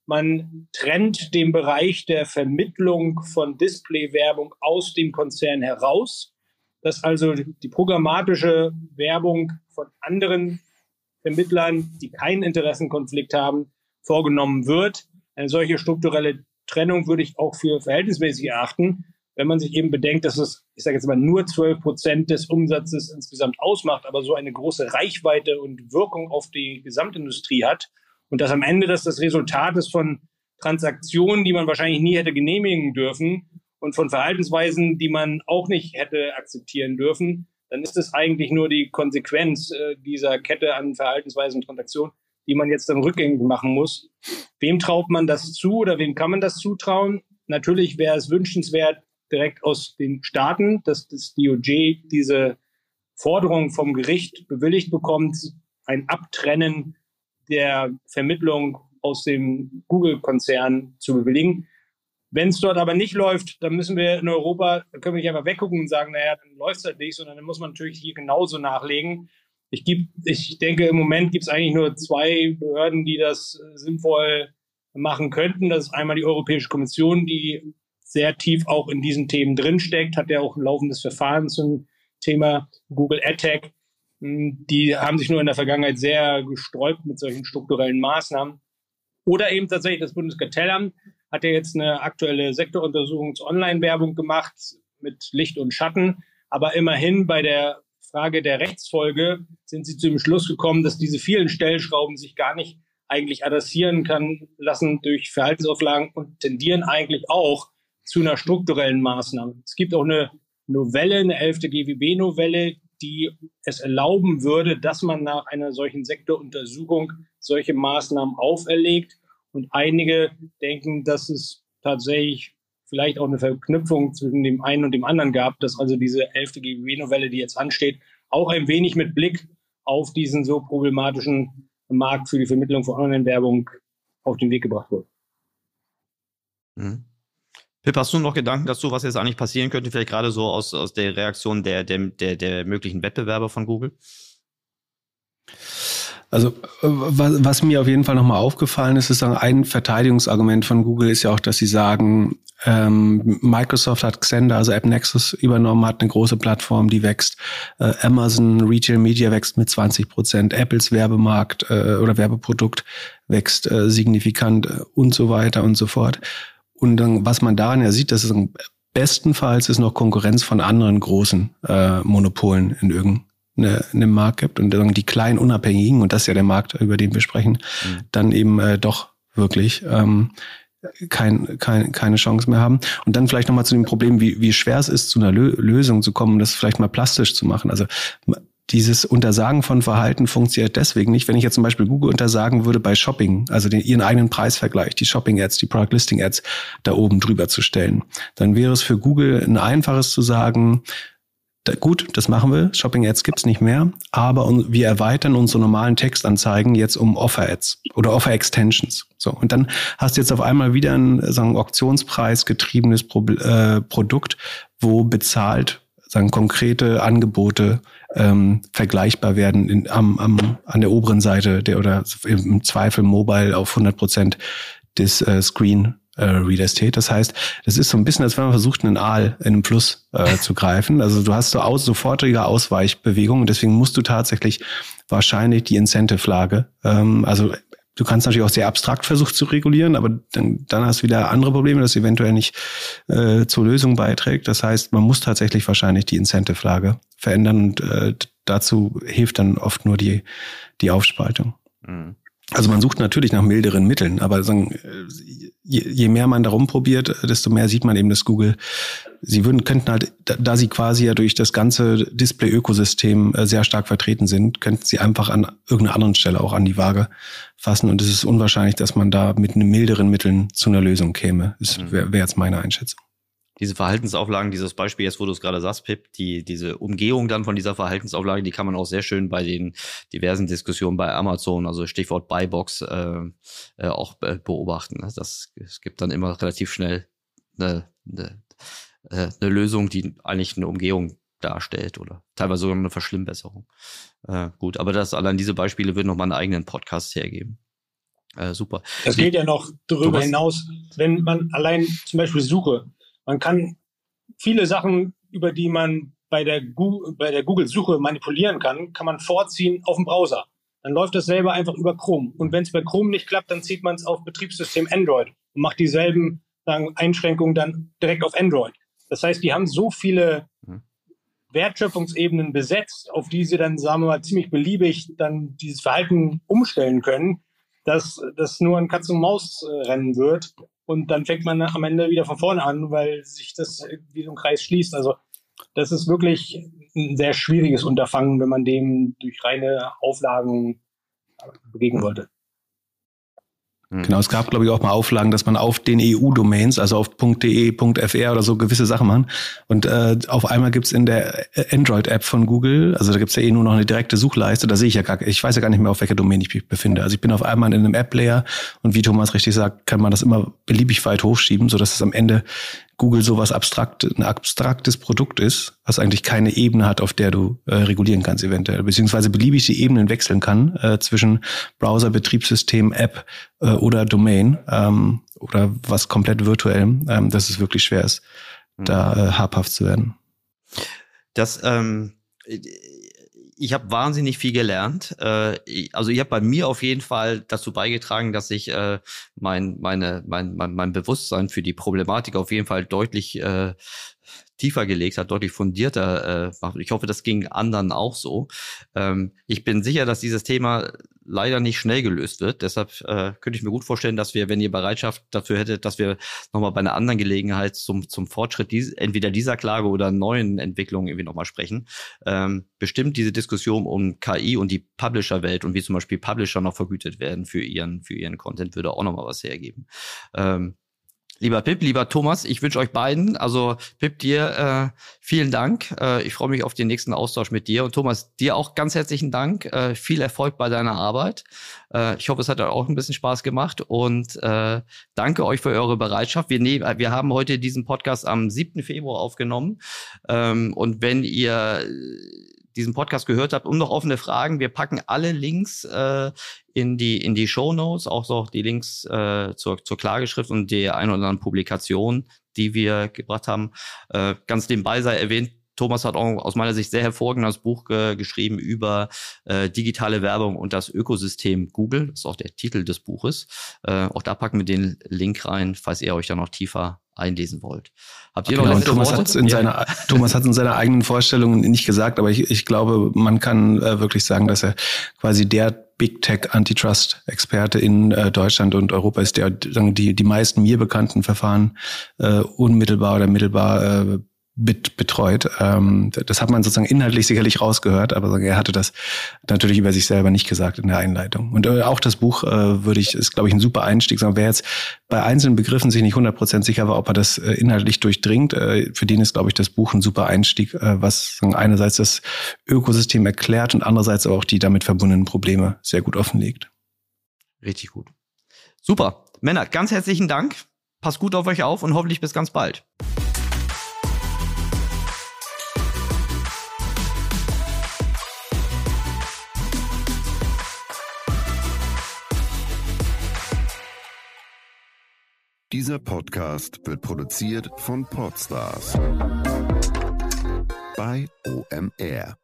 Speaker 4: man trennt den Bereich der Vermittlung von Display-Werbung aus dem Konzern heraus, dass also die programmatische Werbung von anderen Vermittlern, die keinen Interessenkonflikt haben, vorgenommen wird. Eine solche strukturelle Trennung würde ich auch für verhältnismäßig erachten, wenn man sich eben bedenkt, dass es, ich sage jetzt mal, nur zwölf Prozent des Umsatzes insgesamt ausmacht, aber so eine große Reichweite und Wirkung auf die Gesamtindustrie hat. Und dass am Ende das das Resultat ist von Transaktionen, die man wahrscheinlich nie hätte genehmigen dürfen und von Verhaltensweisen, die man auch nicht hätte akzeptieren dürfen, dann ist es eigentlich nur die Konsequenz äh, dieser Kette an Verhaltensweisen und Transaktionen, die man jetzt dann rückgängig machen muss. Wem traut man das zu oder wem kann man das zutrauen? Natürlich wäre es wünschenswert, direkt aus den Staaten, dass das D O J diese Forderung vom Gericht bewilligt bekommt, ein Abtrennen der Vermittlung aus dem Google-Konzern zu bewilligen. Wenn es dort aber nicht läuft, dann müssen wir in Europa, da können wir nicht einfach weggucken und sagen, naja, dann läuft es halt nicht, sondern dann muss man natürlich hier genauso nachlegen. Ich, geb, ich denke, im Moment gibt es eigentlich nur zwei Behörden, die das sinnvoll machen könnten. Das ist einmal die Europäische Kommission, die sehr tief auch in diesen Themen drinsteckt, hat ja auch ein laufendes Verfahren zum Thema Google AdTech. Die haben sich nur in der Vergangenheit sehr gesträubt mit solchen strukturellen Maßnahmen. Oder eben tatsächlich das Bundeskartellamt hat ja jetzt eine aktuelle Sektoruntersuchung zur Online-Werbung gemacht mit Licht und Schatten. Aber immerhin bei der Frage der Rechtsfolge sind sie zu dem Schluss gekommen, dass diese vielen Stellschrauben sich gar nicht eigentlich adressieren kann lassen durch Verhaltensauflagen und tendieren eigentlich auch zu einer strukturellen Maßnahme. Es gibt auch eine Novelle, eine elfte G W B-Novelle, die es erlauben würde, dass man nach einer solchen Sektoruntersuchung solche Maßnahmen auferlegt. Und einige denken, dass es tatsächlich vielleicht auch eine Verknüpfung zwischen dem einen und dem anderen gab, dass also diese elfte G W B-Novelle, die jetzt ansteht, auch ein wenig mit Blick auf diesen so problematischen Markt für die Vermittlung von Online-Werbung auf den Weg gebracht wird.
Speaker 2: Mhm. Pip, hast du noch Gedanken dazu, was jetzt eigentlich passieren könnte, vielleicht gerade so aus, aus der Reaktion der, der, der, der möglichen Wettbewerber von Google?
Speaker 3: Also was, was mir auf jeden Fall nochmal aufgefallen ist, ist ein Verteidigungsargument von Google ist ja auch, dass sie sagen, ähm, Microsoft hat Xandr, also AppNexus, übernommen, hat eine große Plattform, die wächst. Äh, Amazon Retail Media wächst mit zwanzig Prozent. Apples Werbemarkt äh, oder Werbeprodukt wächst äh, signifikant äh, und so weiter und so fort. Und dann, was man daran ja sieht, dass es bestenfalls ist noch Konkurrenz von anderen großen äh, Monopolen in irgendeinem Markt gibt und dann die kleinen Unabhängigen, und das ist ja der Markt, über den wir sprechen, mhm. dann eben äh, doch wirklich ähm, kein, kein, keine Chance mehr haben. Und dann vielleicht nochmal zu dem Problem, wie, wie schwer es ist, zu einer Lö- Lösung zu kommen, das vielleicht mal plastisch zu machen. Also dieses Untersagen von Verhalten funktioniert deswegen nicht. Wenn ich jetzt zum Beispiel Google untersagen würde bei Shopping, also den, ihren eigenen Preisvergleich, die Shopping-Ads, die Product-Listing-Ads da oben drüber zu stellen, dann wäre es für Google ein einfaches zu sagen, da, gut, das machen wir, Shopping-Ads gibt's nicht mehr, aber un, wir erweitern unsere normalen Textanzeigen jetzt um Offer-Ads oder Offer-Extensions. So, und dann hast du jetzt auf einmal wieder ein, sagen, auktionspreisgetriebenes Pro, äh, Produkt, wo bezahlt, sagen, konkrete Angebote ähm, vergleichbar werden in, am, am, an der oberen Seite der oder im Zweifel mobile auf hundert Prozent des äh, Screen äh, Real Estate. Das heißt, das ist so ein bisschen, als wenn man versucht, einen Aal in einem Fluss äh, zu greifen. Also du hast so aus, sofortige Ausweichbewegungen und deswegen musst du tatsächlich wahrscheinlich die Incentive-Lage, ähm, also du kannst natürlich auch sehr abstrakt versuchen zu regulieren, aber dann, dann hast du wieder andere Probleme, dass eventuell nicht äh, zur Lösung beiträgt. Das heißt, man muss tatsächlich wahrscheinlich die Incentive-Lage verändern und äh, dazu hilft dann oft nur die, die Aufspaltung. Mhm. Also man sucht natürlich nach milderen Mitteln, aber sagen, je, je mehr man darum probiert, desto mehr sieht man eben, dass Google, sie würden, könnten halt, da sie quasi ja durch das ganze Display-Ökosystem sehr stark vertreten sind, könnten sie einfach an irgendeiner anderen Stelle auch an die Waage fassen und es ist unwahrscheinlich, dass man da mit einem milderen Mitteln zu einer Lösung käme. Das wäre wär jetzt meine Einschätzung.
Speaker 2: Diese Verhaltensauflagen, dieses Beispiel jetzt, wo du es gerade sagst, Pip, die, diese Umgehung dann von dieser Verhaltensauflage, die kann man auch sehr schön bei den diversen Diskussionen bei Amazon, also Stichwort Buybox, äh, äh, auch äh, beobachten. Das, es gibt dann immer relativ schnell eine, eine, äh, eine Lösung, die eigentlich eine Umgehung darstellt oder teilweise sogar eine Verschlimmbesserung. Äh, gut, aber das allein diese Beispiele würden nochmal einen eigenen Podcast hergeben. Äh, super.
Speaker 4: Das geht ja noch darüber Thomas? hinaus, wenn man allein zum Beispiel Suche, man kann viele Sachen, über die man bei der, Gu- bei der Google-Suche manipulieren kann, kann man vorziehen auf dem Browser. Dann läuft das selber einfach über Chrome. Und wenn es bei Chrome nicht klappt, dann zieht man es auf Betriebssystem Android und macht dieselben sagen, Einschränkungen dann direkt auf Android. Das heißt, die haben so viele Wertschöpfungsebenen besetzt, auf die sie dann, sagen wir mal, ziemlich beliebig dann dieses Verhalten umstellen können, dass das nur ein Katz-und-Maus-Rennen wird. Und dann fängt man am Ende wieder von vorne an, weil sich das wie so ein Kreis schließt. Also das ist wirklich ein sehr schwieriges Unterfangen, wenn man dem durch reine Auflagen begegnen wollte.
Speaker 3: Genau, es gab, glaube ich, auch mal Auflagen, dass man auf den E U-Domains, also auf .de, .fr oder so gewisse Sachen machen. Und äh, auf einmal gibt's in der Android-App von Google, also da gibt's ja eh nur noch eine direkte Suchleiste, da sehe ich ja gar, ich weiß ja gar nicht mehr, auf welcher Domain ich mich befinde. Also ich bin auf einmal in einem App-Layer und wie Thomas richtig sagt, kann man das immer beliebig weit hochschieben, sodass es am Ende Google sowas abstrakt, ein abstraktes Produkt ist, was eigentlich keine Ebene hat, auf der du äh, regulieren kannst eventuell, beziehungsweise beliebig die Ebenen wechseln kann äh, zwischen Browser, Betriebssystem, App äh, oder Domain ähm, oder was komplett virtuell, ähm, dass es wirklich schwer ist, mhm. da äh, habhaft zu werden.
Speaker 2: Das, ähm, ich habe wahnsinnig viel gelernt. Äh, also ich habe bei mir auf jeden Fall dazu beigetragen, dass ich äh, mein, meine, mein, mein, mein Bewusstsein für die Problematik auf jeden Fall deutlich äh, tiefer gelegt hat, deutlich fundierter äh, macht. Ich hoffe, das ging anderen auch so. Ähm, ich bin sicher, dass dieses Thema leider nicht schnell gelöst wird. Deshalb äh, könnte ich mir gut vorstellen, dass wir, wenn ihr Bereitschaft dafür hättet, dass wir nochmal bei einer anderen Gelegenheit zum zum Fortschritt dies, entweder dieser Klage oder neuen Entwicklungen irgendwie nochmal sprechen. Ähm, bestimmt diese Diskussion um K I und die Publisher-Welt und wie zum Beispiel Publisher noch vergütet werden für ihren für ihren Content, würde auch nochmal was hergeben. Ähm, Lieber Pip, lieber Thomas, ich wünsche euch beiden, also Pip, dir äh, vielen Dank. Äh, ich freue mich auf den nächsten Austausch mit dir. Und Thomas, dir auch ganz herzlichen Dank. Äh, viel Erfolg bei deiner Arbeit. Äh, ich hoffe, es hat euch auch ein bisschen Spaß gemacht. Und äh, danke euch für eure Bereitschaft. Wir, ne- wir haben heute diesen Podcast am siebten Februar aufgenommen. Ähm, und wenn ihr diesen Podcast gehört habt und noch offene Fragen, wir packen alle Links äh, in die in die Shownotes, auch so die Links äh, zur zur Klageschrift und der ein oder anderen Publikation, die wir gebracht haben. Äh, ganz nebenbei sei erwähnt, Thomas hat auch aus meiner Sicht sehr hervorragendes Buch äh, geschrieben über äh, digitale Werbung und das Ökosystem Google. Das ist auch der Titel des Buches. Äh, auch da packen wir den Link rein, falls ihr euch da noch tiefer einlesen wollt. Habt ihr
Speaker 3: genau,
Speaker 2: noch
Speaker 3: letzte Thomas hat in ja. seiner Thomas hat in seiner eigenen Vorstellung nicht gesagt, aber ich, ich glaube, man kann äh, wirklich sagen, dass er quasi der Big Tech Antitrust Experte in äh, Deutschland und Europa ist, der die die meisten mir bekannten Verfahren äh, unmittelbar oder mittelbar äh, betreut. Ähm, das hat man sozusagen inhaltlich sicherlich rausgehört, aber er hatte das natürlich über sich selber nicht gesagt in der Einleitung. Und äh, auch das Buch äh, würde ich, ist glaube ich ein super Einstieg. Wer jetzt bei einzelnen Begriffen sich nicht hundert Prozent sicher war, ob er das äh, inhaltlich durchdringt, äh, für den ist glaube ich das Buch ein super Einstieg, äh, was sagen, einerseits das Ökosystem erklärt und andererseits aber auch die damit verbundenen Probleme sehr gut offenlegt.
Speaker 2: Richtig gut. Super. Männer, ganz herzlichen Dank. Passt gut auf euch auf und hoffentlich bis ganz bald.
Speaker 6: Dieser Podcast wird produziert von Podstars bei O M R.